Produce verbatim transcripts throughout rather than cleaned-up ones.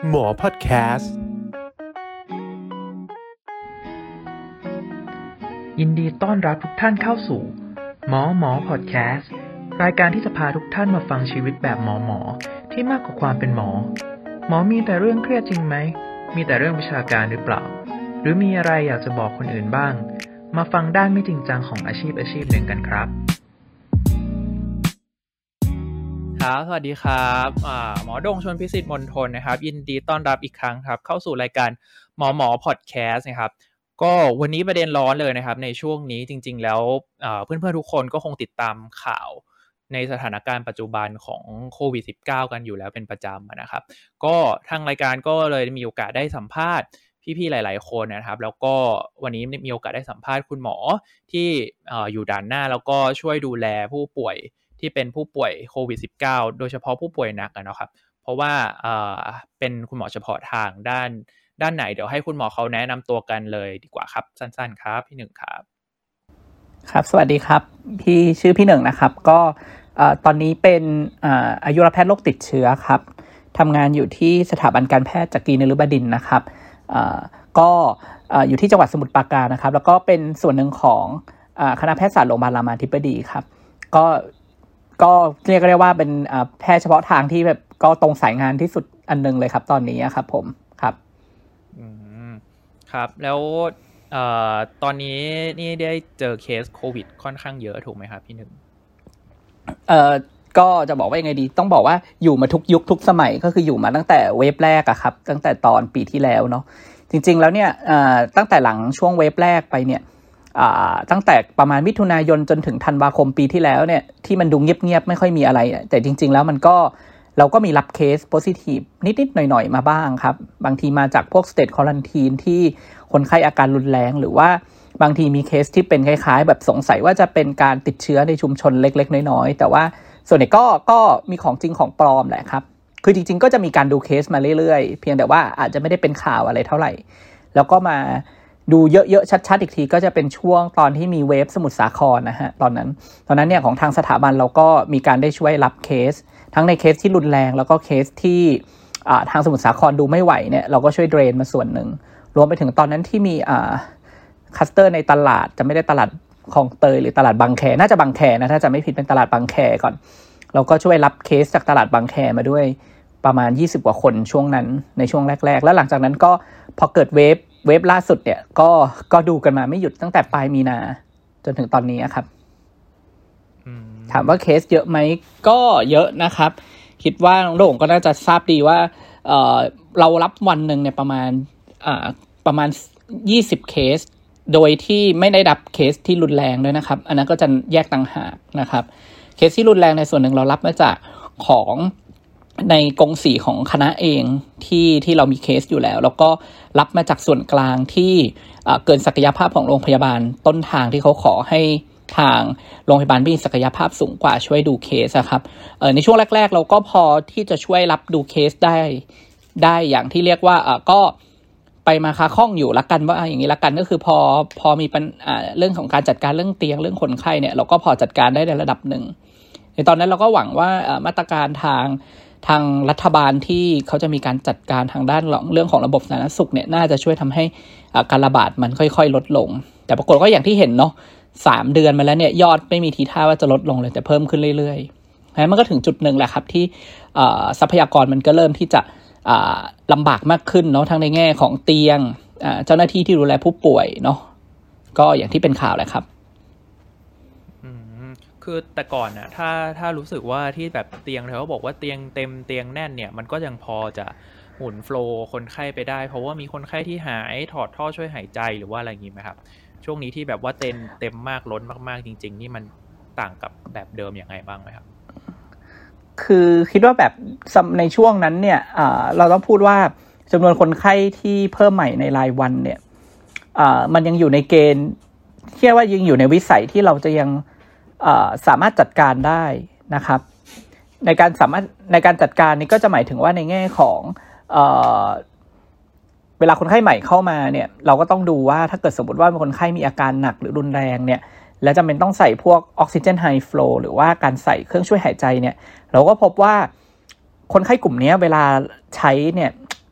หมอพอดแคสต์ยินดีต้อนรับทุกท่านเข้าสู่หมอหมอพอดแคสต์รายการที่จะพาทุกท่านมาฟังชีวิตแบบหมอหมอที่มากกว่าความเป็นหมอหมอมีแต่เรื่องเครียดจริงไหมมีแต่เรื่องวิชาการหรือเปล่าหรือมีอะไรอยากจะบอกคนอื่นบ้างมาฟังด้านไม่จริงจังของอาชีพอาชีพหนึ่งกันครับครับสวัสดีครับอ่าหมอดงชลพิสิทธิ์มนทนนะครับยินดีต้อนรับอีกครั้งครับเข้าสู่รายการหมอหมอพอดแคสต์นะครับก็วันนี้ประเด็นร้อนเลยนะครับในช่วงนี้จริงๆแล้วเพื่อนๆทุกคนก็คงติดตามข่าวในสถานการณ์ปัจจุบันของโควิด สิบเก้า กันอยู่แล้วเป็นประจำนะครับก็ทางรายการก็เลยมีโอกาสได้สัมภาษณ์พี่ๆหลายๆคนนะครับแล้วก็วันนี้มีโอกาสได้สัมภาษณ์คุณหมอที่อยู่ด่านหน้าแล้วก็ช่วยดูแลผู้ป่วยที่เป็นผู้ป่วยโควิด สิบเก้า โดยเฉพาะผู้ป่วยหนักนะครับเพราะว่าเอ่อเป็นคุณหมอเฉพาะทางด้านด้านไหนเดี๋ยวให้คุณหมอเขาแนะนำตัวกันเลยดีกว่าครับสั้นๆครับพี่หนึ่งครับครับสวัสดีครับพี่ชื่อพี่หนึ่งนะครับก็ตอนนี้เป็นอายุรแพทย์โรคติดเชื้อครับทำงานอยู่ที่สถาบันการแพทย์จักรีนฤบดินทร์นะครับก็อยู่ที่จังหวัดสมุทรปราการนะครับแล้วก็เป็นส่วนหนึ่งของคณะแพทยศาสตร์โรงพยาบาลรามาธิบดีครับก็ก็เรียกได้ว่าเป็นแพทย์เฉพาะทางที่แบบก็ตรงสายงานที่สุดอันนึงเลยครับตอนนี้ครับผมครับอืมครับแล้วเอ่อตอนนี้นี่ได้เจอเคสโควิดค่อนข้างเยอะถูกไหมครับพี่หนึ่งเอ่อก็จะบอกว่ายังไงดีต้องบอกว่าอยู่มาทุกยุคทุกสมัยก็คืออยู่มาตั้งแต่เวฟแรกอะครับตั้งแต่ตอนปีที่แล้วเนาะจริงๆแล้วเนี่ยเอ่อตั้งแต่หลังช่วงเวฟแรกไปเนี่ยอ่าตั้งแต่ประมาณมิถุนายนจนถึงธันวาคมปีที่แล้วเนี่ยที่มันดูเงียบๆไม่ค่อยมีอะไรแต่จริงๆแล้วมันก็เราก็มีรับเคสโพซิทีฟนิดๆหน่อยๆมาบ้างครับบางทีมาจากพวกสเตทควอรันทีนที่คนไข้อาการรุนแรงหรือว่าบางทีมีเคสที่เป็นคล้ายๆแบบสงสัยว่าจะเป็นการติดเชื้อในชุมชนเล็กๆน้อยๆแต่ว่าส่วนใหญ่ก็ก็มีของจริงของปลอมแหละครับคือจริงๆก็จะมีการดูเคสมาเรื่อยๆเพียงแต่ว่าอาจจะไม่ได้เป็นข่าวอะไรเท่าไหร่แล้วก็มาดูเยอะๆชัดๆอีกทีก็จะเป็นช่วงตอนที่มีเวฟสมุทรสาครนะฮะตอนนั้นตอนนั้นเนี่ยของทางสถาบันเราก็มีการได้ช่วยรับเคสทั้งในเคสที่รุนแรงแล้วก็เคสที่ทางสมุทรสาครดูไม่ไหวเนี่ยเราก็ช่วยเดรนมาส่วนหนึ่งรวมไปถึงตอนนั้นที่มีคัสเตอร์ในตลาดจะไม่ได้ตลาดคลองเตยหรือตลาดบางแคน่าจะบางแคนะถ้าจะไม่ผิดเป็นตลาดบางแคก่อนเราก็ช่วยรับเคสจากตลาดบางแคมาด้วยประมาณยี่สิบกว่าคนช่วงนั้นในช่วงแรกๆแล้วหลังจากนั้นก็พอเกิดเวฟเวฟล่าสุดเนี่ยก็ก็ดูกันมาไม่หยุดตั้งแต่ปลายมีนาจนถึงตอนนี้ครับถามว่าเคสเยอะไหมก็เยอะนะครับคิดว่าน้องโด่งก็น่าจะทราบดีว่าเอ่อเรารับวันนึงเนี่ยประมาณอ่าประมาณยี่สิบเคสโดยที่ไม่ได้รับเคสที่รุนแรงด้วยนะครับอันนั้นก็จะแยกต่างหากนะครับเคสที่รุนแรงในส่วนหนึ่งเรารับมาจากของในกองสีของคณะเองที่ที่เรามีเคสอยู่แล้วแล้วก็รับมาจากส่วนกลางที่เกินศักยภาพของโรงพยาบาลต้นทางที่เขาขอให้ทางโรงพยาบาลมีศักยภาพสูงกว่าช่วยดูเคสครับในช่วงแรกๆเราก็พอที่จะช่วยรับดูเคสได้ได้อย่างที่เรียกว่าก็ไปมาค้าข้องอยู่ละกันว่าอย่างนี้ละกันก็คือพอพอมีปัญหาเรื่องของการจัดการเรื่องเตียงเรื่องคนไข้เนี่ยเราก็พอจัดการได้ในระดับหนึ่งในตอนนั้นเราก็หวังว่ามาตรการทางทางรัฐบาลที่เขาจะมีการจัดการทางด้านเรื่องของระบบสาธารณสุขเนี่ยน่าจะช่วยทำให้การระบาดมันค่อยๆลดลงแต่ปรากฏก็อย่างที่เห็นเนาะสามเดือนมาแล้วเนี่ยยอดไม่มีทีท่าว่าจะลดลงเลยแต่เพิ่มขึ้นเรื่อยๆงั้นมันก็ถึงจุดหนึ่งแหละครับที่ทรัพยากรมันก็เริ่มที่จะลำบากมากขึ้นเนาะทั้งในแง่ของเตียงเจ้าหน้าที่ที่ดูแลผู้ป่วยเนาะก็อย่างที่เป็นข่าวแหละครับคือแต่ก่อนน่ะถ้าถ้ารู้สึกว่าที่แบบเตียงเขาบอกว่าเตียงเต็มเตียงแน่นเนี่ยมันก็ยังพอจะหมุนโฟลว์คนไข้ไปได้เพราะว่ามีคนไข้ที่หายถอดท่อช่วยหายใจหรือว่าอะไรอย่างงี้ไหมครับช่วงนี้ที่แบบว่าเต็มเต็มมากล้นมากๆจริงๆนี่มันต่างกับแบบเดิมอย่างไรบ้างไหมครับคือคิดว่าแบบในช่วงนั้นเนี่ยเราต้องพูดว่าจำนวนคนไข้ที่เพิ่มใหม่ในรายวันเนี่ยมันยังอยู่ในเกณฑ์เชื่อว่ายังอยู่ในวิสัยที่เราจะยังสามารถจัดการได้นะครับในการสามารถในการจัดการนี้ก็จะหมายถึงว่าในแง่ของเอ่อเวลาคนไข้ใหม่เข้ามาเนี่ยเราก็ต้องดูว่าถ้าเกิดสมมติว่าคนไข้มีอาการหนักหรือรุนแรงเนี่ยและจำเป็นต้องใส่พวกออกซิเจนไฮฟลูหรือว่าการใส่เครื่องช่วยหายใจเนี่ยเราก็พบว่าคนไข้กลุ่มนี้เวลาใช้เนี่ย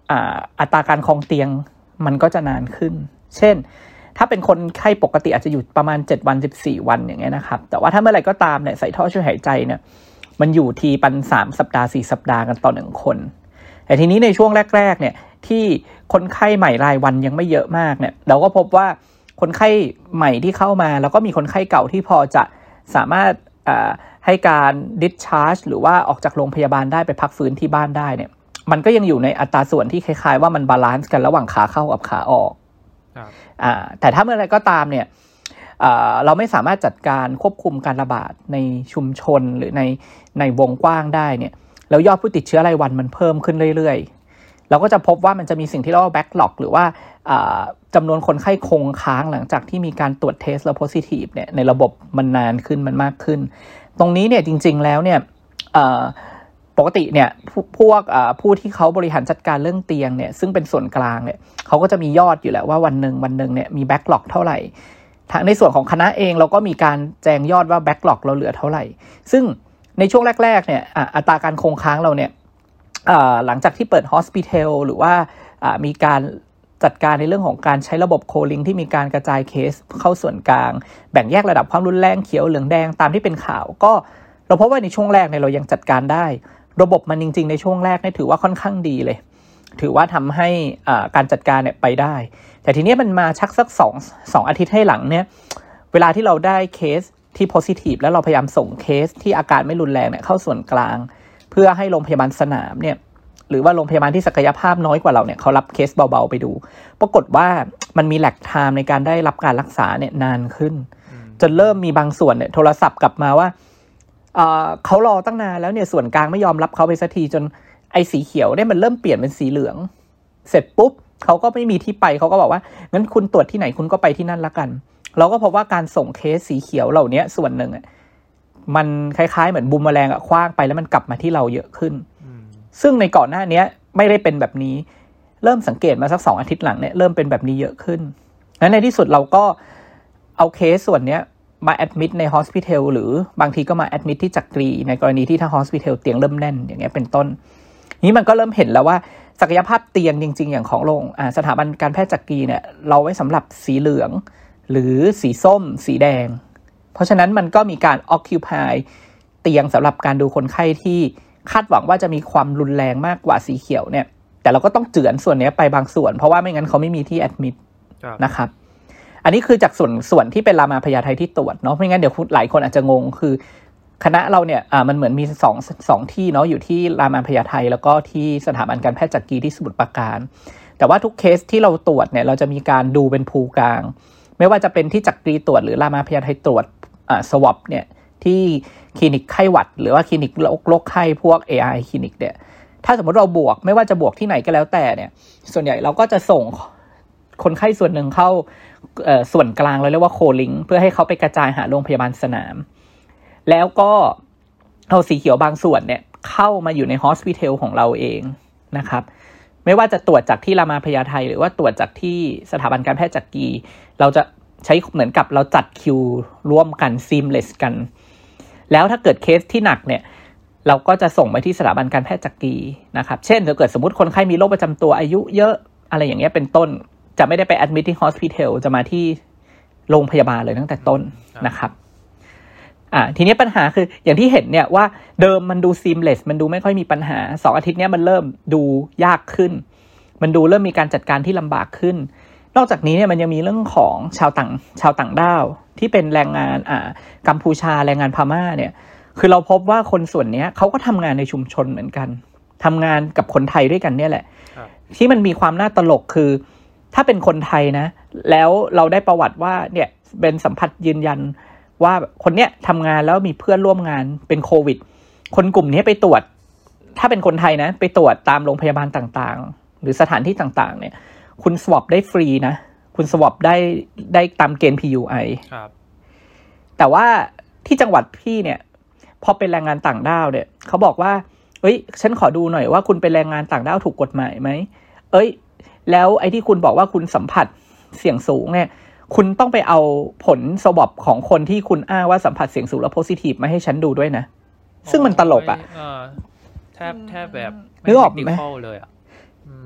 อ่าอัตราการครองเตียงมันก็จะนานขึ้นเช่นถ้าเป็นคนไข้ปกติอาจจะอยู่ประมาณเจ็ดวันสิบสี่วันอย่างเงี้ยนะครับแต่ว่าถ้าเมื่อไหร่ก็ตามเนี่ยใส่ท่อช่วยหายใจเนี่ยมันอยู่ทีปันสามสัปดาห์สี่สัปดาห์กันต่อหนึ่งคนแต่ทีนี้ในช่วงแรกๆเนี่ยที่คนไข้ใหม่รายวันยังไม่เยอะมากเนี่ยเราก็พบว่าคนไข้ใหม่ที่เข้ามาแล้วก็มีคนไข้เก่าที่พอจะสามารถให้การ discharge หรือว่าออกจากโรงพยาบาลได้ไปพักฟื้นที่บ้านได้เนี่ยมันก็ยังอยู่ในอัตราส่วนที่คล้ายๆว่ามันบาลานซ์กันระหว่างขาเข้ากับขาออกอ่าแต่ถ้าเมื่อไรก็ตามเนี่ยเราไม่สามารถจัดการควบคุมการระบาดในชุมชนหรือในในวงกว้างได้เนี่ยแล้วยอดผู้ติดเชื้อรายวันมันเพิ่มขึ้นเรื่อยๆเราก็จะพบว่ามันจะมีสิ่งที่เรียกว่า backlog หรือว่าจำนวนคนไข้คงค้างหลังจากที่มีการตรวจเทสแล้ว positive เนี่ยในระบบมันนานขึ้นมันมากขึ้นตรงนี้เนี่ยจริงๆแล้วเนี่ยปกติเนี่ยพวกผู้ที่เขาบริหารจัดการเรื่องเตียงเนี่ยซึ่งเป็นส่วนกลางเนี่ยเขาก็จะมียอดอยู่แล้วว่าวันหนึ่งวันหนึ่งเนี่ยมีแบ็กหลอกเท่าไหร่ในส่วนของคณะเองเราก็มีการแจ้งยอดว่าแบ็กหลอกเราเหลือเท่าไหร่ซึ่งในช่วงแรกๆเนี่ยอัตราการคงค้างเราเนี่ยหลังจากที่เปิด hospital หรือว่ามีการจัดการในเรื่องของการใช้ระบบโคลิงที่มีการกระจายเคสเข้าส่วนกลางแบ่งแยกระดับความรุนแรงเขียวเหลืองแดงตามที่เป็นข่าวก็เราพบว่าในช่วงแรกเนี่ยเรายังจัดการได้ระบบมันจริงๆในช่วงแรกเนี่ยถือว่าค่อนข้างดีเลยถือว่าทำให้การจัดการเนี่ยไปได้แต่ทีนี้มันมาชักสักสอง สองอาทิตย์ให้หลังเนี่ยเวลาที่เราได้เคสที่ positive แล้วเราพยายามส่งเคสที่อาการไม่รุนแรงเนี่ยเข้าส่วนกลางเพื่อให้โรงพยาบาลสนามเนี่ยหรือว่าโรงพยาบาลที่ศักยภาพน้อยกว่าเราเนี่ยเขารับเคสเบาๆไปดูปรากฏว่ามันมีแลกไทม์ในการได้รับการรักษาเนี่ยนานขึ้นจนเริ่มมีบางส่วนเนี่ยโทรศัพท์กลับมาว่าเอ่อเขารอตั้งนานแล้วเนี่ยส่วนกลางไม่ยอมรับเขาไปสักทีจนไอ้สีเขียวเนี่ยมันเริ่มเปลี่ยนเป็นสีเหลืองเสร็จปุ๊บเขาก็ไม่มีที่ไปเขาก็บอกว่างั้นคุณตรวจที่ไหนคุณก็ไปที่นั่นละกันเราก็พบว่าการส่งเคสสีเขียวเหล่านี้ส่วนหนึ่งอ่ะมันคล้ายๆเหมือนบูมแมลงอ่ะคว้างไปแล้วมันกลับมาที่เราเยอะขึ้นซึ่งในก่อนหน้านี้ไม่ได้เป็นแบบนี้เริ่มสังเกตมาสักสองอาทิตย์หลังเนี่ยเริ่มเป็นแบบนี้เยอะขึ้นและในที่สุดเราก็เอาเคสส่วนนี้มาแอดมิดใน hospital หรือบางทีก็มาแอดมิดที่จักรีในกรณีที่ถ้า hospital เตียงเริ่มแน่นอย่างเงี้ยเป็นต้นนี้มันก็เริ่มเห็นแล้วว่าศักยภาพเตียงจริงๆอย่างของโรงอ่าสถาบันการแพทย์จักรีเนี่ยเราไว้สำหรับสีเหลืองหรือสีส้มสีแดงเพราะฉะนั้นมันก็มีการ occupy เตียงสำหรับการดูคนไข้ที่คาดหวังว่าจะมีความรุนแรงมากกว่าสีเขียวเนี่ยแต่เราก็ต้องเจือนส่วนนี้ไปบางส่วนเพราะว่าไม่งั้นเขาไม่มีที่แอดมิดนะครับอันนี้คือจากส่วนส่วนที่เป็นรามาพญาไทที่ตรวจเนาะไม่งั้นเดี๋ยวหลายคนอาจจะงงคือคณะเราเนี่ยอ่ามันเหมือนมีสอง สองที่เนาะอยู่ที่รามาพญาไทแล้วก็ที่สถาบันการแพทย์จักรีที่สมุทรปราการแต่ว่าทุกเคสที่เราตรวจเนี่ยเราจะมีการดูเป็นพูลกลางไม่ว่าจะเป็นที่จักรีตรวจหรือรามาพญาไทตรวจอ่าสวอปเนี่ยที่คลินิกไข้หวัดหรือว่าคลินิกโรคไข้พวก เอ อาร์ ไอ คลินิกเนี่ยถ้าสมมติเราบวกไม่ว่าจะบวกที่ไหนก็แล้วแต่เนี่ยส่วนใหญ่เราก็จะส่งคนไข้ส่วนหนึ่งเข้าส่วนกลางเราเรียกว่าโคลิงเพื่อให้เขาไปกระจายหาโรงพยาบาลสนามแล้วก็เอาสีเขียวบางส่วนเนี่ยเข้ามาอยู่ในฮอสพิทอลของเราเองนะครับไม่ว่าจะตรวจจากที่รามาพญาไทหรือว่าตรวจจากที่สถาบันการแพทย์จักรีเราจะใช้เหมือนกับเราจัดคิวร่วมกันซีมเลสกันแล้วถ้าเกิดเคสที่หนักเนี่ยเราก็จะส่งไปที่สถาบันการแพทย์จักรีนะครับเช่นถ้าเกิดสมมติคนไข้มีโรคประจำตัวอายุเยอะอะไรอย่างเงี้ยเป็นต้นจะไม่ได้ไปแอดมิทที่ฮอสพิทอลจะมาที่โรงพยาบาลเลยตั้งแต่ต้นนะครับอ่าทีนี้ปัญหาคืออย่างที่เห็นเนี่ยว่าเดิมมันดูซีมเลสมันดูไม่ค่อยมีปัญหาสองอาทิตย์เนี้ยมันเริ่มดูยากขึ้นมันดูเริ่มมีการจัดการที่ลำบากขึ้นนอกจากนี้เนี่ยมันยังมีเรื่องของชาวต่างชาวต่างด้าวที่เป็นแรงงานอ่ากัมพูชาแรงงานพม่าเนี่ยคือเราพบว่าคนส่วนนี้เขาก็ทำงานในชุมชนเหมือนกันทำงานกับคนไทยด้วยกันเนี่ยแหละที่มันมีความน่าตลกคือถ้าเป็นคนไทยนะแล้วเราได้ประวัติว่าเนี่ยเป็นสัมผัสยืนยันว่าคนเนี้ยทำงานแล้วมีเพื่อนร่วมงานเป็นโควิดคนกลุ่มนี้ไปตรวจถ้าเป็นคนไทยนะไปตรวจตามโรงพยาบาลต่างๆหรือสถานที่ต่างๆเนี่ยคุณสวอปได้ฟรีนะคุณสวอปได้ได้ตามเกณฑ์ พี ยู ไอครับแต่ว่าที่จังหวัดพี่เนี่ยพอเป็นแรงงานต่างด้าวเนี่ยเขาบอกว่าเอ้ยฉันขอดูหน่อยว่าคุณเป็นแรงงานต่างด้าวถูกกฎหมายไหมเอ้ยแล้วไอ้ที่คุณบอกว่าคุณสัมผัสเสี่ยงสูงเนี่ยคุณต้องไปเอาผลสวอปของคนที่คุณอ้างว่าสัมผัสเสี่ยงสูงแล้วโพซิทีฟมาให้ฉันดูด้วยนะซึ่งมันตลกอ่ะแทบแทบแบบนึกออกไหมเลยอ่ะ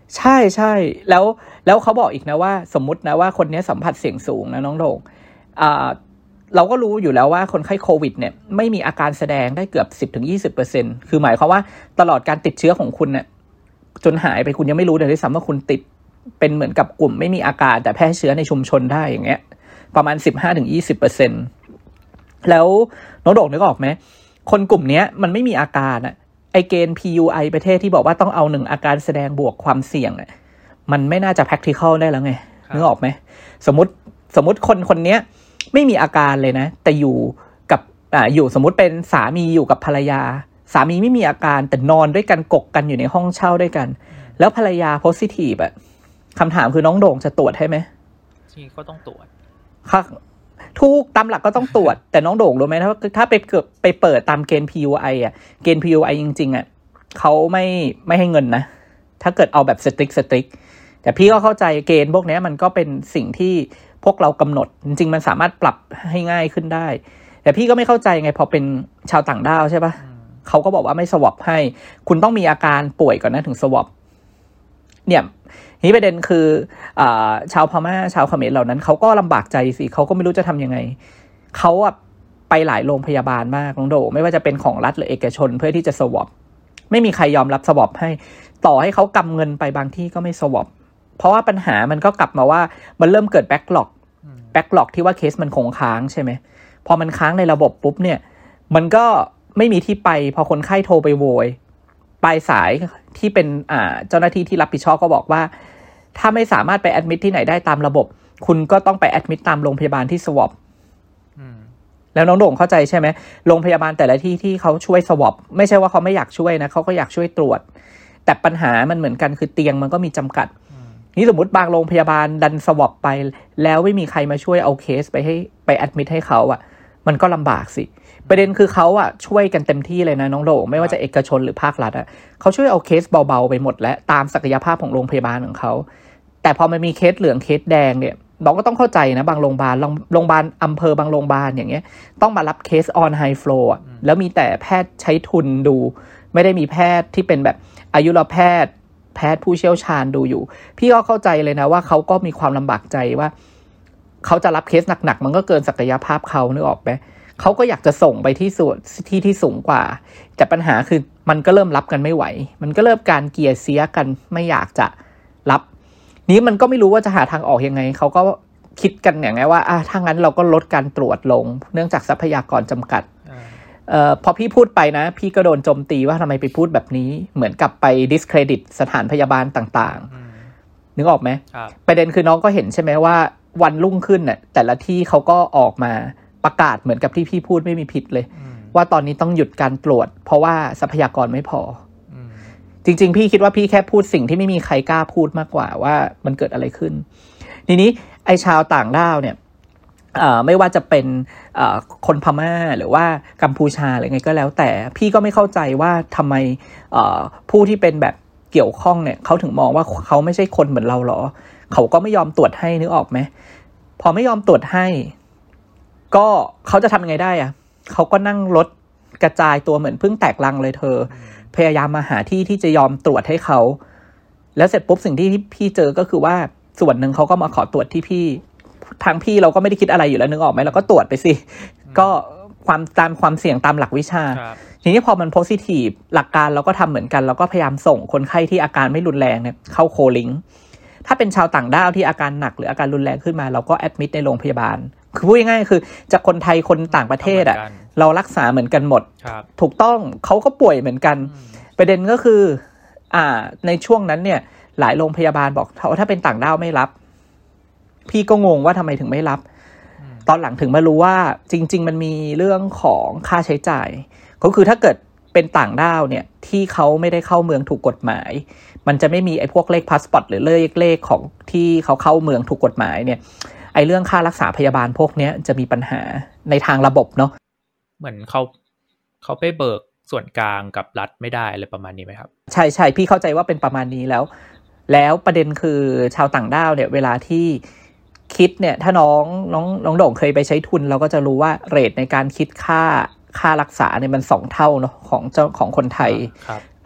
ใช่ใช่แล้วแล้วเขาบอกอีกนะว่าสมมุตินะว่าคนนี้สัมผัสเสี่ยงสูงนะน้องโด่งอ่าเราก็รู้อยู่แล้วว่าคนไข้โควิดเนี่ยไม่มีอาการแสดงได้เกือบ สิบถึงยี่สิบเปอร์เซ็นต์ คือหมายความว่าตลอดการติดเชื้อของคุณเนี่ยจนหายไปคุณยังไม่รู้เลยด้วยซ้ำว่าคุณติดเป็นเหมือนกับกลุ่มไม่มีอาการแต่แพร่เชื้อในชุมชนได้อย่างเงี้ยประมาณ สิบห้าถึงยี่สิบเปอร์เซ็นต์ แล้วน้องโด่งนึกออกไหมคนกลุ่มนี้มันไม่มีอาการอะไอเกณฑ์ พี ยู ไอ ประเทศที่บอกว่าต้องเอาหนึ่งอาการแสดงบวกความเสี่ยงอะมันไม่น่าจะ practical ได้แล้วไงนึกออกไหมสมมติสมมติคนคนนี้ไม่มีอาการเลยนะแต่อยู่กับอ่าอยู่สมมติเป็นสามีอยู่กับภรรยาสามีไม่มีอาการแต่นอนด้วยกันกกกันอยู่ในห้องเช่าด้วยกันแล้วภรรยา positive อะคำถามคือน้องโด่งจะตรวจให้ไหมจริงก็ต้องตรวจค่ะทุกตามหลักก็ต้องตรวจแต่น้องโด่งรู้ไหมถ้าถ้าไปเกิดไปเปิดตามเกณฑ์ พี ยู ไอ อ่ะเกณฑ์ พี ยู ไอ จริงๆอ่ะเขาไม่ไม่ให้เงินนะถ้าเกิดเอาแบบสติ๊กสติ๊กแต่พี่ก็เข้าใจเกณฑ์พวกนี้มันก็เป็นสิ่งที่พวกเรากำหนดจริงๆมันสามารถปรับให้ง่ายขึ้นได้แต่พี่ก็ไม่เข้าใจไงพอเป็นชาวต่างด้าวใช่ปะเขาก็บอกว่าไม่สวอปให้คุณต้องมีอาการป่วยก่อนนะถึงสวอปเนี่ยนี่ประเด็นคืออ่าชาวพม่าชาวเขมรเหล่านั้นเขาก็ลำบากใจสิเขาก็ไม่รู้จะทำยังไงเขาอะไปหลายโรงพยาบาลมากน้องโดไม่ว่าจะเป็นของรัฐหรือเอกชนเพื่อที่จะสวอปไม่มีใครยอมรับสวอปให้ต่อให้เขากำเงินไปบางที่ก็ไม่สวอปเพราะว่าปัญหามันก็กลับมาว่ามันเริ่มเกิดแบ็คล็อกแบ็คล็อกที่ว่าเคสมันคงค้างใช่ไหมพอมันค้างในระบบปุ๊บเนี่ยมันก็ไม่มีที่ไปพอคนไข้โทรไปโวยปลายสายที่เป็นอ่าเจ้าหน้าที่ที่รับผิดชอบก็บอกว่าถ้าไม่สามารถไปแอดมิทที่ไหนได้ตามระบบคุณก็ต้องไปแอดมิทตามโรงพยาบาลที่สวอปแล้วน้องโด่งเข้าใจใช่ไหมโรงพยาบาลแต่ละที่ที่เขาช่วยสวอปไม่ใช่ว่าเขาไม่อยากช่วยนะเขาก็อยากช่วยตรวจแต่ปัญหามันเหมือนกันคือเตียงมันก็มีจำกัดนี่สมมติบางโรงพยาบาลดันสวอปไปแล้วไม่มีใครมาช่วยเอาเคสไปให้ไปแอดมิทให้เขาอ่ะมันก็ลำบากสิประเด็นคือเขาอะช่วยกันเต็มที่เลยนะน้องโด่งไม่ว่าจะเอกชนหรือภาครัฐอะเขาช่วยเอาเคสเบาๆไปหมดและตามศักยภาพของโรงพยาบาลของเขาแต่พอมันมีเคสเหลืองเคสแดงเนี่ยน้องก็ต้องเข้าใจนะบางโรงพยาบาลโรงพยาบาลอำเภอบางโรงพยาบาลอย่างเงี้ยต้องมารับเคสออนไฮฟลูอะแล้วมีแต่แพทย์ใช้ทุนดูไม่ได้มีแพทย์ที่เป็นแบบอายุรแพทย์แพทย์ผู้เชี่ยวชาญดูอยู่พี่ก็เข้าใจเลยนะว่าเขาก็มีความลำบากใจว่าเขาจะรับเคสหนักๆมันก็เกินศักยภาพเขานึกออกไหมเขาก็อยากจะส่งไปที่ส่วนที่ที่สูงกว่าแต่ปัญหาคือมันก็เริ่มรับกันไม่ไหวมันก็เริ่มการเกลียเสียกันไม่อยากจะรับนี้มันก็ไม่รู้ว่าจะหาทางออกยังไงเขาก็คิดกันอย่างไงว่าอ่ะถ้างั้นเราก็ลดการตรวจลงเนื่องจากทรัพยากรจำกัดเอ่อพอพี่พูดไปนะพี่ก็โดนโจมตีว่าทำไมไปพูดแบบนี้เหมือนกับไป discredit สถานพยาบาลต่างๆนึกออกไหมประเด็นคือน้องก็เห็นใช่ไหมว่าวันรุ่งขึ้นน่ะแต่ละที่เขาก็ออกมาประกาศเหมือนกับที่พี่พูดไม่มีผิดเลยว่าตอนนี้ต้องหยุดการตรวจเพราะว่าทรัพยากรไม่พอจริงๆพี่คิดว่าพี่แค่พูดสิ่งที่ไม่มีใครกล้าพูดมากกว่าว่ามันเกิดอะไรขึ้นทีนี้ไอ้ชาวต่างด้าวเนี่ยไม่ว่าจะเป็นคนพม่าหรือว่ากัมพูชาอะไรไงก็แล้วแต่พี่ก็ไม่เข้าใจว่าทำไมผู้ที่เป็นแบบเกี่ยวข้องเนี่ยเขาถึงมองว่าเขาไม่ใช่คนเหมือนเราหรอเขาก็ไม่ยอมตรวจให้นึกออกไหมพอไม่ยอมตรวจให้ก็เขาจะทำยังไงได้อะเขาก็นั่งรถกระจายตัวเหมือนพึ่งแตกรังเลยเธอพยายามมาหาที่ที่จะยอมตรวจให้เขาแล้วเสร็จปุ๊บสิ่งที่พี่เจอก็คือว่าส่วนหนึ่งเขาก็มาขอตรวจที่พี่ทางพี่เราก็ไม่ได้คิดอะไรอยู่แล้วนึกออกไหมเราก็ตรวจไปสิก็ความตามความเสี่ยงตามหลักวิชาทีนี้พอมันโพสิทีฟหลักการเราก็ทำเหมือนกันเราก็พยายามส่งคนไข้ที่อาการไม่รุนแรงเนี่ยเข้าโคลิงถ้าเป็นชาวต่างด้าวที่อาการหนักหรืออาการรุนแรงขึ้นมาเราก็แอดมิดในโรงพยาบาลคือพูดง่ายๆคือจากคนไทยคนต่างประเทศอ่ะเรารักษาเหมือนกันหมดถูกต้องเขาก็ป่วยเหมือนกันประเด็นก็คืออ่าในช่วงนั้นเนี่ยหลายโรงพยาบาลบอกถ้าเป็นต่างด้าวไม่รับพี่ก็งงว่าทำไมถึงไม่รับตอนหลังถึงมารู้ว่าจริงๆมันมีเรื่องของค่าใช้จ่ายก็คือถ้าเกิดเป็นต่างด้าวเนี่ยที่เขาไม่ได้เข้าเมืองถูกกฎหมายมันจะไม่มีไอ้พวกเลขพาสปอร์ตหรือเลขเลขของที่เขาเข้าเมืองถูกกฎหมายเนี่ยไอ้เรื่องค่ารักษาพยาบาลพวกนี้จะมีปัญหาในทางระบบเนาะเหมือนเขาเขาไปเบิกส่วนกลางกับรัฐไม่ได้อะไรประมาณนี้ไหมครับใช่ใช่พี่เข้าใจว่าเป็นประมาณนี้แล้วแล้วประเด็นคือชาวต่างด้าวเนี่ยเวลาที่คิดเนี่ยถ้าน้องน้องน้องโด่งเคยไปใช้ทุนเราก็จะรู้ว่าเรทในการคิดค่าค่ารักษาเนี่ยมันสองเท่าเนาะของเจ้าของคนไทย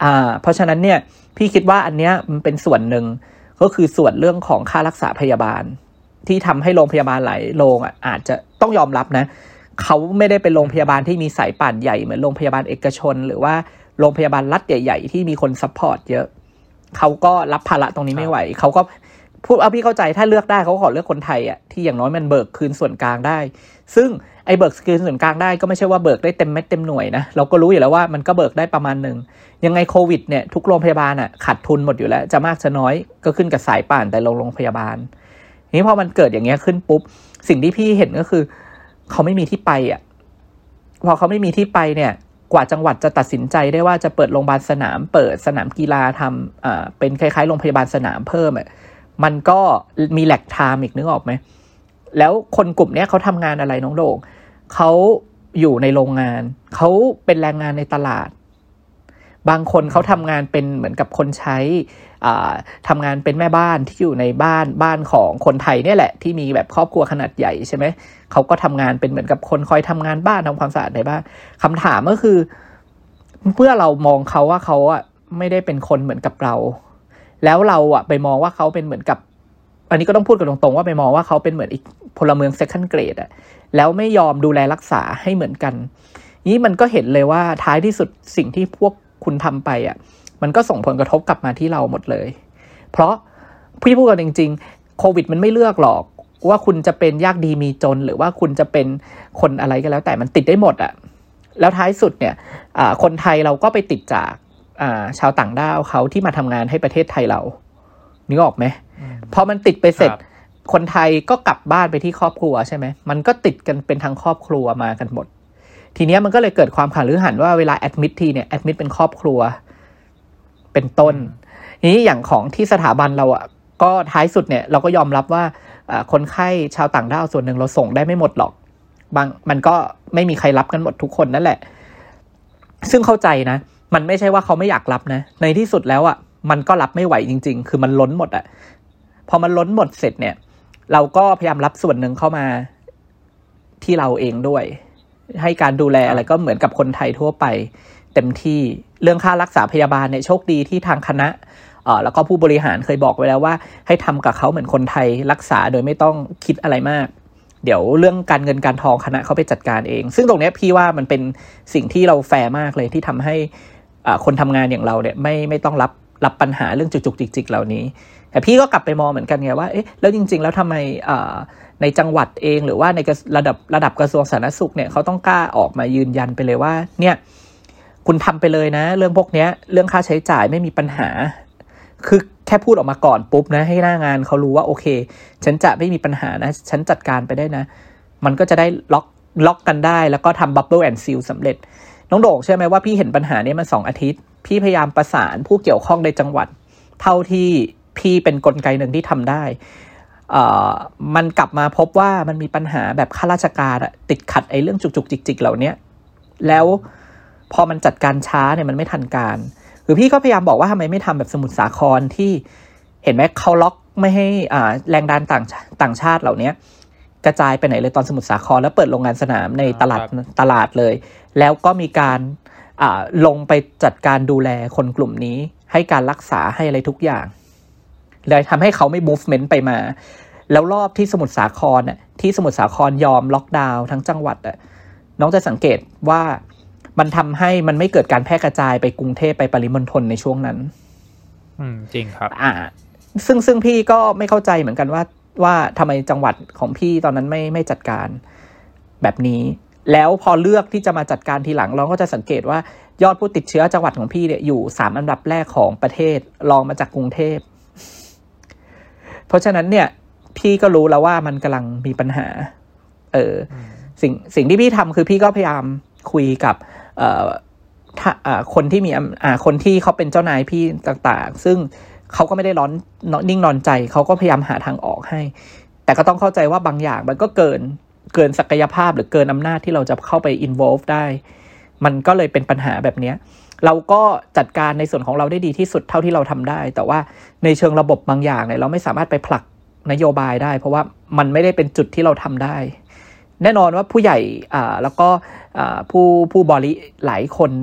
อ่าเพราะฉะนั้นเนี่ยพี่คิดว่าอันเนี้ยมันเป็นส่วนหนึ่งก็คือส่วนเรื่องของค่ารักษาพยาบาลที่ทำให้โรงพยาบาลหลายโรงอ่ะอาจจะต้องยอมรับนะเขาไม่ได้เป็นโรงพยาบาลที่มีสายป่านใหญ่เหมือนโรงพยาบาลเอกชนหรือว่าโรงพยาบาลรัฐใหญ่ๆที่มีคนซัพพอร์ตเยอะเขาก็รับภาระตรงนี้ไม่ไหวเขาก็พูดเอาพี่เข้าใจถ้าเลือกได้เขาขอเลือกคนไทยอ่ะที่อย่างน้อยมันเบิกคืนส่วนกลางได้ซึ่งไอ้เบิกคืนส่วนกลางได้ก็ไม่ใช่ว่าเบิกได้เต็มเม็ดเต็มหน่วยนะเราก็รู้อยู่แล้วว่ามันก็เบิกได้ประมาณนึงยังไงโควิดเนี่ยทุกโรงพยาบาลอ่ะขาดทุนหมดอยู่แล้วจะมากจะน้อยก็ขึ้นกับสายป่านแต่โรงพยาบาลนี้พอมันเกิดอย่างเงี้ยขึ้นปุ๊บสิ่งที่พี่เห็นก็คือเขาไม่มีที่ไปอ่ะพอเขาไม่มีที่ไปเนี่ยกว่าจังหวัดจะตัดสินใจได้ว่าจะเปิดโรงพยาบาลสนามเปิดสนามกีฬาทำอ่าเป็นคล้ายๆโรงพยาบาลสนามเพิ่มอ่ะมันก็มีแลกไทม์อีกนึกออกไหมแล้วคนกลุ่มนี้เขาทำงานอะไรน้องโด่งเขาอยู่ในโรงงานเขาเป็นแรงงานในตลาดบางคนเขาทำงานเป็นเหมือนกับคนใช้อ่าทำงานเป็นแม่บ้านที่อยู่ในบ้านบ้านของคนไทยเนี่ยแหละที่มีแบบครอบครัวขนาดใหญ่ใช่ไหมเขาก็ทำงานเป็นเหมือนกับคนคอยทำงานบ้านทำความสะอาดในบ้านคำถามก็คือเมื่อเรามองเขาว่าเขาอ่ะไม่ได้เป็นคนเหมือนกับเราแล้วเราอ่ะไปมองว่าเขาเป็นเหมือนกับอันนี้ก็ต้องพูดกันตรงๆว่าไปมองว่าเขาเป็นเหมือนอีกพลเมือง second grade อ่ะแล้วไม่ยอมดูแลรักษาให้เหมือนกันนี้มันก็เห็นเลยว่าท้ายที่สุดสิ่งที่พวกคุณทำไปอ่ะมันก็ส่งผลกระทบกลับมาที่เราหมดเลยเพราะพี่พูดกันจริงๆโควิดมันไม่เลือกหรอกว่าคุณจะเป็นยากดีมีจนหรือว่าคุณจะเป็นคนอะไรก็แล้วแต่มันติดได้หมดอ่ะแล้วท้ายสุดเนี่ยคนไทยเราก็ไปติดจากชาวต่างด้าวเขาที่มาทำงานให้ประเทศไทยเรานึกออกไหมพอมันติดไปเสร็จคนไทยก็กลับบ้านไปที่ครอบครัวใช่ไหมมันก็ติดกันเป็นทั้งครอบครัวมากันหมดทีนี้มันก็เลยเกิดความขัดลือหันว่าเวลาแอดมิททีเนี่ยแอดมิทเป็นครอบครัวเป็นต้นนี้อย่างของที่สถาบันเราอ่ะก็ท้ายสุดเนี่ยเราก็ยอมรับว่าคนไข้ชาวต่างด้าวส่วนหนึ่งเราส่งได้ไม่หมดหรอกบางมันก็ไม่มีใครรับกันหมดทุกคนนั่นแหละซึ่งเข้าใจนะมันไม่ใช่ว่าเขาไม่อยากรับนะในที่สุดแล้วอ่ะมันก็รับไม่ไหวจริงๆคือมันล้นหมดอ่ะพอมันล้นหมดเสร็จเนี่ยเราก็พยายามรับส่วนหนึ่งเข้ามาที่เราเองด้วยให้การดูแลอะไรก็เหมือนกับคนไทยทั่วไปเต็มที่เรื่องค่ารักษาพยาบาลเนี่ยโชคดีที่ทางคณะเอ่อแล้วก็ผู้บริหารเคยบอกไว้แล้วว่าให้ทำกับเขาเหมือนคนไทยรักษาโดยไม่ต้องคิดอะไรมากเดี๋ยวเรื่องการเงินการทองคณะเขาไปจัดการเองซึ่งตรงนี้พี่ว่ามันเป็นสิ่งที่เราแฟร์มากเลยที่ทำให้อ่าคนทำงานอย่างเราเนี่ยไม่ไม่ต้องรับรับปัญหาเรื่องจุกๆจิกๆเหล่านี้แต่พี่ก็กลับไปมองเหมือนกันไงว่าเอ๊ะแล้วจริงๆแล้วทำไมอ่าในจังหวัดเองหรือว่าในระดับระดับกระทรวงสาธารณสุขเนี่ยเขาต้องกล้าออกมายืนยันไปเลยว่าเนี่ยคุณทำไปเลยนะเรื่องพวกนี้เรื่องค่าใช้จ่ายไม่มีปัญหาคือแค่พูดออกมาก่อนปุ๊บนะให้หน้างานเขารู้ว่าโอเคฉันจะไม่มีปัญหานะฉันจัดการไปได้นะมันก็จะได้ล็อกล็อกกันได้แล้วก็ทำ bubble and seal สำเร็จน้องโด่งใช่ไหมว่าพี่เห็นปัญหานี้มาสองอาทิตย์พี่พยายามประสานผู้เกี่ยวข้องในจังหวัดเท่าที่พี่เป็นกลไกหนึ่งที่ทำได้เอ่อมันกลับมาพบว่ามันมีปัญหาแบบข้าราชการอะติดขัดไอ้เรื่องจุกๆจิกๆเหล่านี้แล้วพอมันจัดการช้าเนี่ยมันไม่ทันการคือพี่ก็พยายามบอกว่าทำไมไม่ทำแบบสมุทรสาครที่เห็นไหมเขาล็อกไม่ให้อ่าแรงดันต่างต่างชาติเหล่านี้กระจายไปไหนเลยตอนสมุทรสาครแล้วเปิดโรงงานสนามในตลาดตลาดเลยแล้วก็มีการอ่าลงไปจัดการดูแลคนกลุ่มนี้ให้การรักษาให้อะไรทุกอย่างเลยทำให้เขาไม่ movement ไปมาแล้วรอบที่สมุทรสาครน่ะที่สมุทรสาครยอมล็อกดาวน์ทั้งจังหวัดอ่ะน้องจะสังเกตว่ามันทำให้มันไม่เกิดการแพร่กระจายไปกรุงเทพไปปริมณฑลในช่วงนั้นอืมจริงครับอ่าซึ่งซึ่งพี่ก็ไม่เข้าใจเหมือนกันว่าว่าทำไมจังหวัดของพี่ตอนนั้นไม่ไม่จัดการแบบนี้แล้วพอเลือกที่จะมาจัดการทีหลังเราก็จะสังเกตว่ายอดผู้ติดเชื้อจังหวัดของพี่เนี่ยอยู่สามอันดับแรกของประเทศรองมาจากกรุงเทพเพราะฉะนั้นเนี่ยพี่ก็รู้แล้วว่ามันกำลังมีปัญหาเออสิ่งสิ่งที่พี่ทำคือพี่ก็พยายามคุยกับเอ่อคนที่มีอ่าคนที่เขาเป็นเจ้านายพี่ต่างๆซึ่งเขาก็ไม่ได้ร้อนนิ่งนอนใจเขาก็พยายามหาทางออกให้แต่ก็ต้องเข้าใจว่าบางอย่างมันก็เกินเกินศักยภาพหรือเกินอำนาจที่เราจะเข้าไป involve ได้มันก็เลยเป็นปัญหาแบบนี้เราก็จัดการในส่วนของเราได้ดีที่สุดเท่าที่เราทำได้แต่ว่าในเชิงระบบบางอย่างเนี่ยเราไม่สามารถไปผลักนโยบายได้เพราะว่ามันไม่ได้เป็นจุดที่เราทำได้แน่นอนว่าผู้ใหญ่อ่าแล้วก็อ่าผู้ผู้บริหลายคนเนี่ย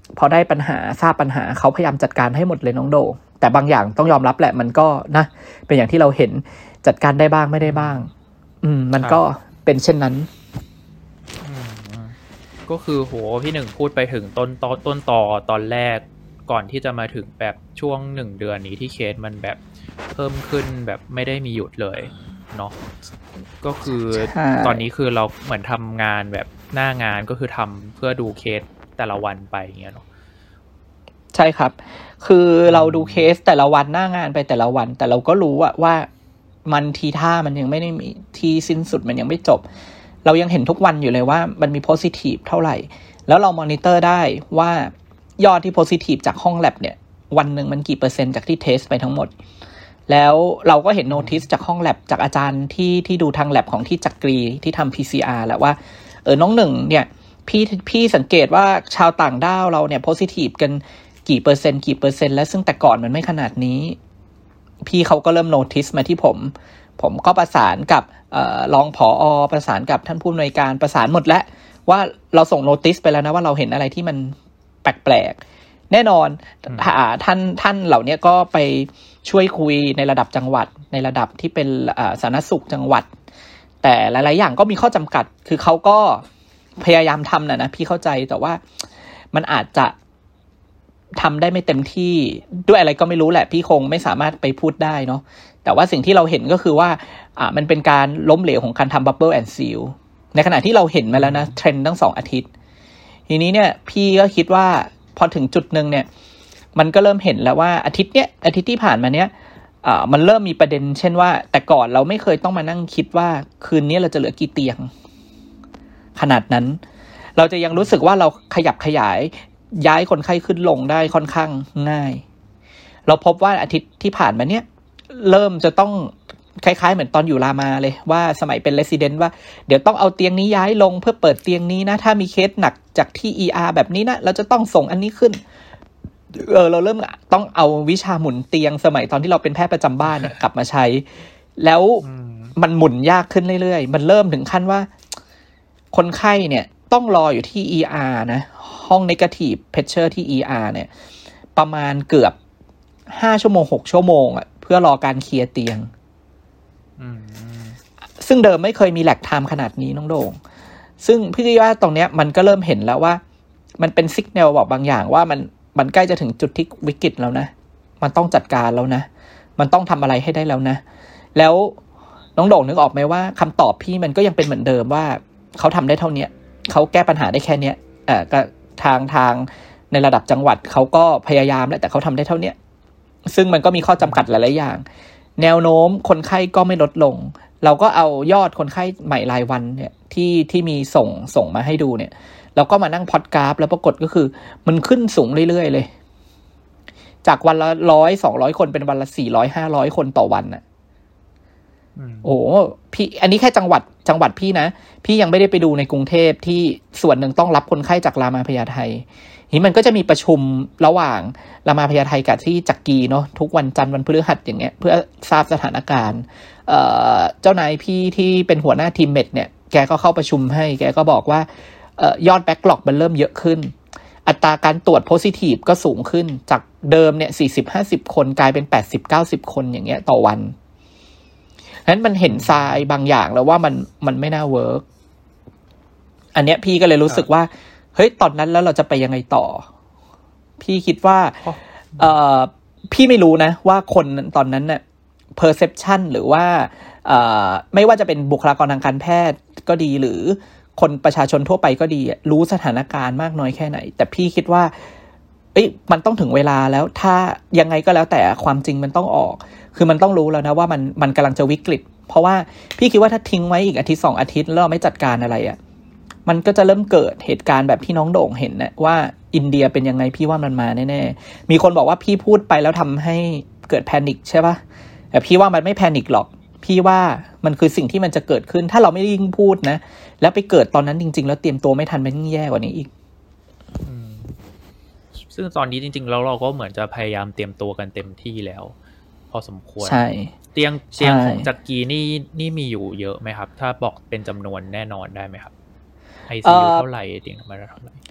พอได้ปัญหาทราบปัญหาเขาพยายามจัดการให้หมดเลยน้องโดแต่บางอย่างต้องยอมรับแหละมันก็นะเป็นอย่างที่เราเห็นจัดการได้บ้างไม่ได้บ้างอืมมันก็เป็นเช่นนั้นก็คือโหพี่หนึ่งพูดไปถึงต้นตอต้นต่อตอนแรกก่อนที่จะมาถึงแบบช่วงหนึ่งเดือนนี้ที่เคสมันแบบเพิ่มขึ้นแบบไม่ได้มีหยุดเลยเนาะก็คือตอนนี้คือเราเหมือนทำงานแบบหน้างานก็คือทำเพื่อดูเคสแต่ละวันไปอย่างเงี้ยเนาะใช่ครับคือเราดูเคสแต่ละวันหน้างานไปแต่ละวันแต่เราก็รู้ว่าว่ามันทีท่ามันยังไม่ได้มีที่สิ้นสุดมันยังไม่จบเรายังเห็นทุกวันอยู่เลยว่ามันมีโพซิทีฟเท่าไหร่แล้วเรามอนิเตอร์ได้ว่ายอดที่โพซิทีฟจากห้องแลบเนี่ยวันหนึ่งมันกี่เปอร์เซ็นต์จากที่เทสไปทั้งหมดแล้วเราก็เห็นโน้ติสจากห้องแลบจากอาจารย์ที่ที่ดูทางแลบของที่จักรีที่ทำ พี ซี อาร์ แหละว่าเออน้องหนึ่งเนี่ยพี่พี่สังเกตว่าชาวต่างด้าวเราเนี่ยโพซิทีฟกันกี่เปอร์เซ็นต์กี่เปอร์เซ็นต์แล้วซึ่งแต่ก่อนมันไม่ขนาดนี้พี่เขาก็เริ่มโน้ติสมาที่ผมผมก็ประสานกับเอ่อรองผอ.ประสานกับท่านผู้อำนวยการประสานหมดแล้วว่าเราส่งโน้ติสไปแล้วนะว่าเราเห็นอะไรที่มันแปลกๆแน่นอนท่านท่านเหล่านี้ก็ไปช่วยคุยในระดับจังหวัดในระดับที่เป็นสาธารณสุขจังหวัดแต่หลายๆอย่างก็มีข้อจำกัดคือเขาก็พยายามทำนะนะพี่เข้าใจแต่ว่ามันอาจจะทำได้ไม่เต็มที่ด้วยอะไรก็ไม่รู้แหละพี่คงไม่สามารถไปพูดได้เนาะแต่ว่าสิ่งที่เราเห็นก็คือว่าอ่ามันเป็นการล้มเหลวของการทำ Bubble and Seal ในขณะที่เราเห็นมาแล้วนะเทรนด์ตั้งสองอาทิตย์ทีนี้เนี่ยพี่ก็คิดว่าพอถึงจุดนึงเนี่ยมันก็เริ่มเห็นแล้วว่าอาทิตย์เนี้ยอาทิตย์ที่ผ่านมาเนี้ยอ่ามันเริ่มมีประเด็นเช่นว่าแต่ก่อนเราไม่เคยต้องมานั่งคิดว่าคืนนี้เราจะเหลือกี่เตียงขนาดนั้นเราจะยังรู้สึกว่าเราขยับขยายย้ายคนไข้ขึ้นลงได้ค่อนข้างง่ายเราพบว่าอาทิตย์ที่ผ่านมาเนี้ยเริ่มจะต้องคล้ายๆเหมือนตอนอยู่รามาเลยว่าสมัยเป็นเรสซิเดนต์ว่าเดี๋ยวต้องเอาเตียงนี้ย้ายลงเพื่อเปิดเตียงนี้นะถ้ามีเคสหนักจากที่ อี อาร์ แบบนี้นะเราจะต้องส่งอันนี้ขึ้นเออเราเริ่มต้องเอาวิชาหมุนเตียงสมัยตอนที่เราเป็นแพทย์ประจำบ้านเนี่ยกลับมาใช้แล้วมันหมุนยากขึ้นเรื่อยๆมันเริ่มถึงขั้นว่าคนไข้เนี่ยต้องรออยู่ที่ อี อาร์ นะห้อง negative pressure ที่ อี อาร์ เนี่ยประมาณเกือบห้าชั่วโมงหกชั่วโมงอ่ะเพื่อรอการเคลียร์เตียงซึ่งเดิมไม่เคยมีแลกไทม์ขนาดนี้น้องโด่งซึ่งพี่คิดว่าตรงเนี้ยมันก็เริ่มเห็นแล้วว่ามันเป็นซิกแนลบอกบางอย่างว่ามันมันใกล้จะถึงจุดที่วิกฤตแล้วนะมันต้องจัดการแล้วนะมันต้องทำอะไรให้ได้แล้วนะแล้วน้องโด่งนึกออกไหมว่าคำตอบพี่มันก็ยังเป็นเหมือนเดิมว่าเขาทำได้เท่านี้เขาแก้ปัญหาได้แค่เนี้ยเอ่อก็ทางทางในระดับจังหวัดเขาก็พยายามแล้วแต่เขาทำได้เท่านี้ซึ่งมันก็มีข้อจำกัดหลายๆอย่างแนวโน้มคนไข้ก็ไม่ลดลงเราก็เอายอดคนไข้ใหม่รายวันเนี่ยที่ที่มีส่งส่งมาให้ดูเนี่ยเราก็มานั่งพอดกราฟแล้วปรากฏก็คือมันขึ้นสูงเรื่อยๆเลยจากวันละร้อยสองร้อยคนเป็นวันละสี่ร้อยห้าร้อยคนต่อวันน่ะโอ้พี่อันนี้แค่จังหวัดจังหวัดพี่นะพี่ยังไม่ได้ไปดูในกรุงเทพที่ส่วนหนึ่งต้องรับคนไข้จากรามาพญาไทนี่มันก็จะมีประชุมระหว่างรามาพญาไทกับที่จักรีเนาะทุกวันจันทร์วันพฤหัสอย่างเงี้ยเพื่อทราบสถานการณ์เอ่อเจ้านายพี่ที่เป็นหัวหน้าทีมเมดเนี่ยแกก็เข้าประชุมให้แกก็บอกว่าเอ่อยอดแบ็คล็อกมันเริ่มเยอะขึ้นอัตราการตรวจโพซิทีฟก็สูงขึ้นจากเดิมเนี่ย สี่สิบห้าสิบ คนกลายเป็น แปดสิบเก้าสิบ คนอย่างเงี้ยต่อวันนั้นมันเห็นทรายบางอย่างแล้วว่ามันมันไม่น่าเวิร์กอันเนี้ยพี่ก็เลยรู้สึกว่าเฮ้ยตอนนั้นแล้วเราจะไปยังไงต่อพี่คิดว่าเอ่อพี่ไม่รู้นะว่าคนตอนนั้นเนี่ย perception หรือว่าเอ่อไม่ว่าจะเป็นบุคลากรทางการแพทย์ก็ดีหรือคนประชาชนทั่วไปก็ดีรู้สถานการณ์มากน้อยแค่ไหนแต่พี่คิดว่าเอ้ยมันต้องถึงเวลาแล้วถ้ายังไงก็แล้วแต่ความจริงมันต้องออกคือมันต้องรู้แล้วนะว่ามันมันกำลังจะวิกฤตเพราะว่าพี่คิดว่าถ้าทิ้งไว้อีกอาทิตย์สองอาทิตย์แล้วเราไม่จัดการอะไรอ่ะมันก็จะเริ่มเกิดเหตุการณ์แบบที่น้องโด่งเห็นนะว่าอินเดียเป็นยังไงพี่ว่ามันมาแน่ๆมีคนบอกว่าพี่พูดไปแล้วทำให้เกิดแพนิคใช่ปะแต่พี่ว่ามันไม่แพนิคหรอกพี่ว่ามันคือสิ่งที่มันจะเกิดขึ้นถ้าเราไม่ยิ่งพูดนะแล้วไปเกิดตอนนั้นจริงๆแล้วเตรียมตัวไม่ทันมันยิ่งแย่กว่านี้อีกซึ่งตอนนี้จริงๆแล้วเราก็เหมือนจะพยายามเตรียมตัวกันเต็มที่แล้วพอสมควรใช่เตียงเตียงของจักรีนี่นี่มีอยู่เยอะไหมครับถ้าบอกเป็นจำนวนแน่นอนได้ไหมครับ ไอ ซี ยู เท่าไหร่เตียงธรรมดาเท่าไหร่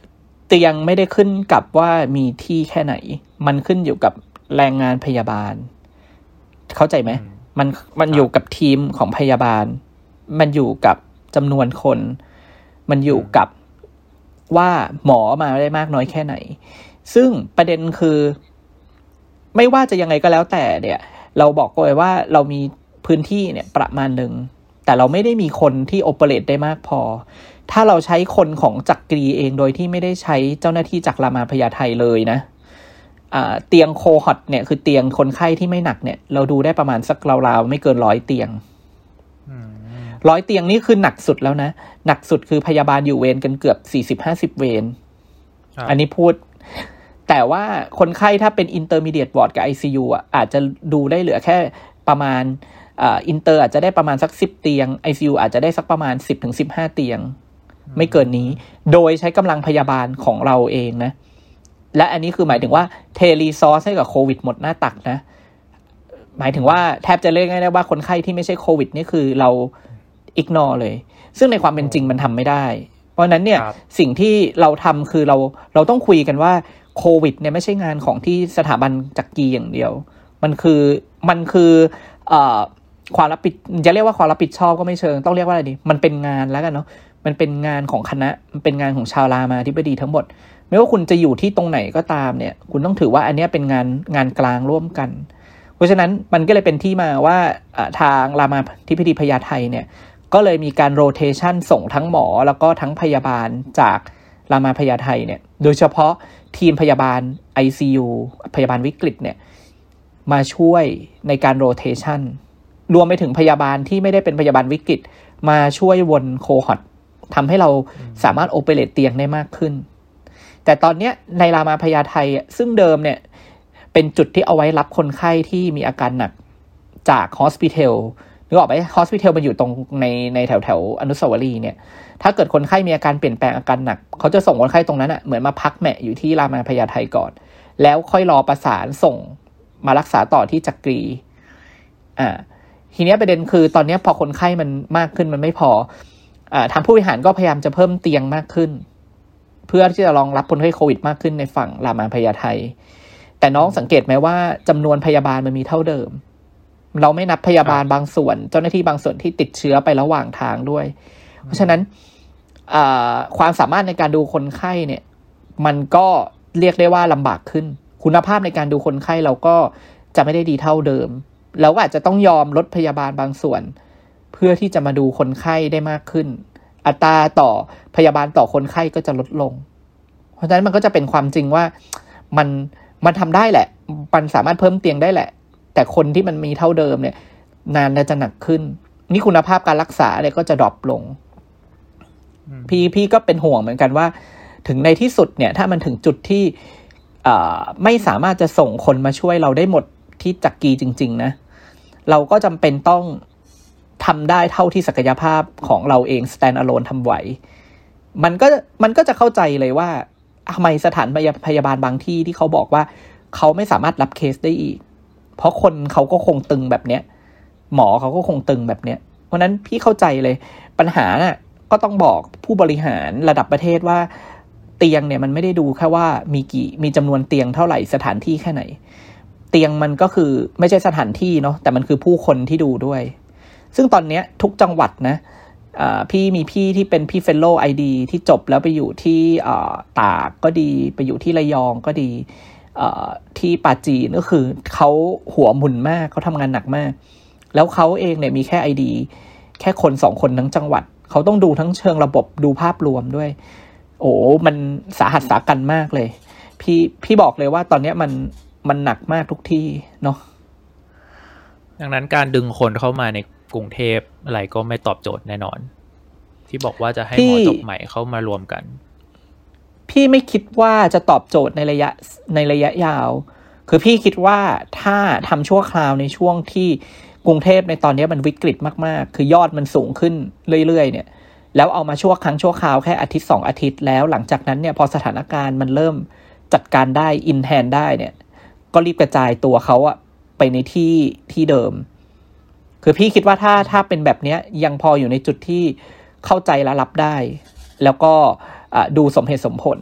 เตียงไม่ได้ขึ้นกับว่ามีที่แค่ไหนมันขึ้นอยู่กับแรงงานพยาบาลเข้าใจไหมมันมันอยู่กับทีมของพยาบาลมันอยู่กับจำนวนคนมันอยู่กับว่าหมอมาได้มากน้อยแค่ไหนซึ่งประเด็นคือไม่ว่าจะยังไงก็แล้วแต่เนี่ยเราบอกไว้ว่าเรามีพื้นที่เนี่ยประมาณหนึ่งแต่เราไม่ได้มีคนที่โอเปเรตได้มากพอถ้าเราใช้คนของจักรีเองโดยที่ไม่ได้ใช้เจ้าหน้าที่จากรามาพญาไทเลยนะเตียงโคฮอตเนี่ยคือเตียงคนไข้ที่ไม่หนักเนี่ยเราดูได้ประมาณสักราวๆไม่เกินร้อยเตียงร้อยเตียงนี่คือหนักสุดแล้วนะหนักสุดคือพยาบาลอยู่เวรกันเกือบ สี่สิบห้าสิบ เวรอันนี้พูดแต่ว่าคนไข้ถ้าเป็น intermediate ward กับ ไอ ซี ยู อ่ะอาจจะดูได้เหลือแค่ประมาณอ่าอินเตอร์อาจจะได้ประมาณสักสิบเตียง ไอ ซี ยู อาจจะได้สักประมาณ สิบถึงสิบห้า เตียงไม่เกินนี้โดยใช้กำลังพยาบาลของเราเองนะและอันนี้คือหมายถึงว่าเทรีซอร์สให้กับโควิดหมดหน้าตักนะหมายถึงว่าแทบจะเรียกง่ายๆว่าคนไข้ที่ไม่ใช่โควิดนี่คือเราอิกนอร์เลยซึ่งในความเป็นจริงมันทำไม่ได้เพราะนั้นเนี่ยสิ่งที่เราทำคือเราเราต้องคุยกันว่าโควิดเนี่ยไม่ใช่งานของที่สถาบันจักรีอย่างเดียวมันคือมันคือเอ่อความรับผิดจะเรียกว่าความรับผิดชอบก็ไม่เชิงต้องเรียกว่าอะไรดีมันเป็นงานแล้วกันเนาะมันเป็นงานของคณะมันเป็นงานของชาวรามาธิบดีทั้งหมดไม่ว่าคุณจะอยู่ที่ตรงไหนก็ตามเนี่ยคุณต้องถือว่าอันนี้เป็นงานงานกลางร่วมกันเพราะฉะนั้นมันก็เลยเป็นที่มาว่าทางรามาธิบดีพญาไทเนี่ยก็เลยมีการโรเทชันส่งทั้งหมอแล้วก็ทั้งพยาบาลจากรามาพญาไทเนี่ยโดยเฉพาะทีมพยาบาล ไอ ซี ยู พยาบาลวิกฤตเนี่ยมาช่วยในการโรเทชันรวมไปถึงพยาบาลที่ไม่ได้เป็นพยาบาลวิกฤตมาช่วยวนโคฮอตทำให้เราสามารถโอเปเรตเตียงได้มากขึ้นแต่ตอนนี้ในรามาพญาไทซึ่งเดิมเนี่ยเป็นจุดที่เอาไว้รับคนไข้ที่มีอาการหนักจากฮอสพิทอลนึกออกไหมฮอสพิทอลมันอยู่ตรงในในแถวแถวอนุสาวรีย์เนี่ยถ้าเกิดคนไข้มีอาการเปลี่ยนแปลงอาการหนักเขาจะส่งคนไข้ตรงนั้นอ่ะเหมือนมาพักแมะอยู่ที่รามาพญาไทก่อนแล้วค่อยรอประสานส่งมารักษาต่อที่จักรีอ่าทีนี้ประเด็นคือตอนนี้พอคนไข้มันมากขึ้นมันไม่พออ่าทางผู้บริหารก็พยายามจะเพิ่มเตียงมากขึ้นเพื่อที่จะรองรับคนไข้โควิดมากขึ้นในฝั่งรามาพญาไทแต่น้องสังเกตไหมว่าจำนวนพยาบาลมันมีเท่าเดิมเราไม่นับพยาบาลบางส่วนเจ้าหน้าที่บางส่วนที่ติดเชื้อไประหว่างทางด้วยเพราะฉะนั้นความสามารถในการดูคนไข้เนี่ยมันก็เรียกได้ว่าลำบากขึ้นคุณภาพในการดูคนไข้เราก็จะไม่ได้ดีเท่าเดิมเราก็อาจจะต้องยอมลดพยาบาลบางส่วนเพื่อที่จะมาดูคนไข้ได้มากขึ้นอัตราต่อพยาบาลต่อคนไข้ก็จะลดลงเพราะฉะนั้นมันก็จะเป็นความจริงว่ามันมันทำได้แหละมันสามารถเพิ่มเตียงได้แหละแต่คนที่มันมีเท่าเดิมเนี่ยนานจะหนักขึ้นนี่คุณภาพการรักษาเนี่ยก็จะดรอปลงพี่พี่ก็เป็นห่วงเหมือนกันว่าถึงในที่สุดเนี่ยถ้ามันถึงจุดที่ไม่สามารถจะส่งคนมาช่วยเราได้หมดที่จักรีจริงๆนะเราก็จำเป็นต้องทำได้เท่าที่ศักยภาพของเราเอง stand alone ทำไหวมันก็มันก็จะเข้าใจเลยว่าทำไมสถานพยาบาลบางที่ที่เขาบอกว่าเขาไม่สามารถรับเคสได้อีกเพราะคนเขาก็คงตึงแบบเนี้ยหมอเขาก็คงตึงแบบเนี้ยเพราะนั้นพี่เข้าใจเลยปัญหาน่ะก็ต้องบอกผู้บริหารระดับประเทศว่าเตียงเนี่ยมันไม่ได้ดูแค่ว่ามีกี่มีจำนวนเตียงเท่าไหร่สถานที่แค่ไหนเตียงมันก็คือไม่ใช่สถานที่เนาะแต่มันคือผู้คนที่ดูด้วยซึ่งตอนนี้ทุกจังหวัดนะพี่มีพี่ที่เป็นพี่เฟลโล ไอ ดี ที่จบแล้วไปอยู่ที่ตากก็ดีไปอยู่ที่ระยองก็ดีที่ปาจีนก็คือเขาหัวหมุนมากเขาทำงานหนักมากแล้วเขาเองเนี่ยมีแค่ ไอ ดี แค่คนสองคนทั้งจังหวัดเขาต้องดูทั้งเชิงระบบดูภาพรวมด้วยโอ้มันสาหัสสากันมากเลยพี่พี่บอกเลยว่าตอนนี้มันมันหนักมากทุกที่เนาะดังนั้นการดึงคนเข้ามาในกรุงเทพอะไรก็ไม่ตอบโจทย์แน่นอนที่บอกว่าจะให้หมอจบใหม่เข้ามารวมกันพี่ไม่คิดว่าจะตอบโจทย์ในระยะในระยะยาวคือพี่คิดว่าถ้าทำชั่วคราวในช่วงที่กรุงเทพในตอนนี้มันวิกฤตมากๆคือยอดมันสูงขึ้นเรื่อยๆเนี่ยแล้วเอามาชั่วครั้งชั่วคราวแค่อาทิตย์สองอาทิตย์แล้วหลังจากนั้นเนี่ยพอสถานการณ์มันเริ่มจัดการได้อินแฮนด์ได้เนี่ยก็รีบกระจายตัวเขาอะไปในที่ที่เดิมคือพี่คิดว่าถ้าถ้าเป็นแบบนี้ยังพออยู่ในจุดที่เข้าใจและรับได้แล้วก็ดูสมเหตุสมผล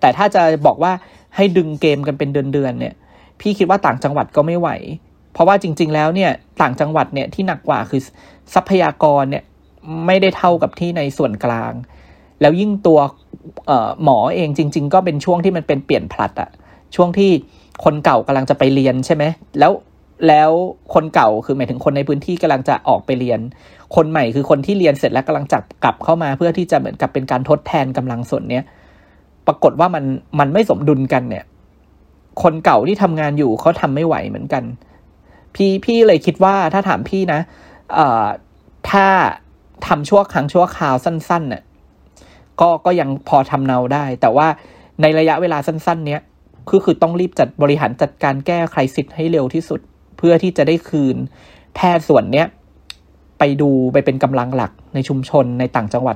แต่ถ้าจะบอกว่าให้ดึงเกมกันเป็นเดือนๆเนี่ยพี่คิดว่าต่างจังหวัดก็ไม่ไหวเพราะว่าจริงๆแล้วเนี่ยต่างจังหวัดเนี่ยที่หนักกว่าคือทรัพยากรเนี่ยไม่ได้เท่ากับที่ในส่วนกลางแล้วยิ่งตัวเอ่อหมอเองจริงๆก็เป็นช่วงที่มันเป็นเปลี่ยนผลัดอะช่วงที่คนเก่ากำลังจะไปเรียนใช่ไหมแล้วแล้วคนเก่าคือหมายถึงคนในพื้นที่กำลังจะออกไปเรียนคนใหม่คือคนที่เรียนเสร็จแล้วกำลังจะกลับเข้ามาเพื่อที่จะเหมือนกับเป็นการทดแทนกำลังส่วนเนี้ยปรากฏว่ามันมันไม่สมดุลกันเนี่ยคนเก่าที่ทำงานอยู่เขาทำไม่ไหวเหมือนกันพี่พี่เลยคิดว่าถ้าถามพี่นะเอ่อถ้าทำชั่วครั้งชั่วคราวสั้นๆเนี่ยก็ก็ยังพอทำเนาได้แต่ว่าในระยะเวลาสั้นๆเนี้ยคือคือต้องรีบจัดบริหารจัดการแก้ไครซิสให้เร็วที่สุดเพื่อที่จะได้คืนแพทย์ส่วนเนี้ยไปดูไปเป็นกำลังหลักในชุมชนในต่างจังหวัด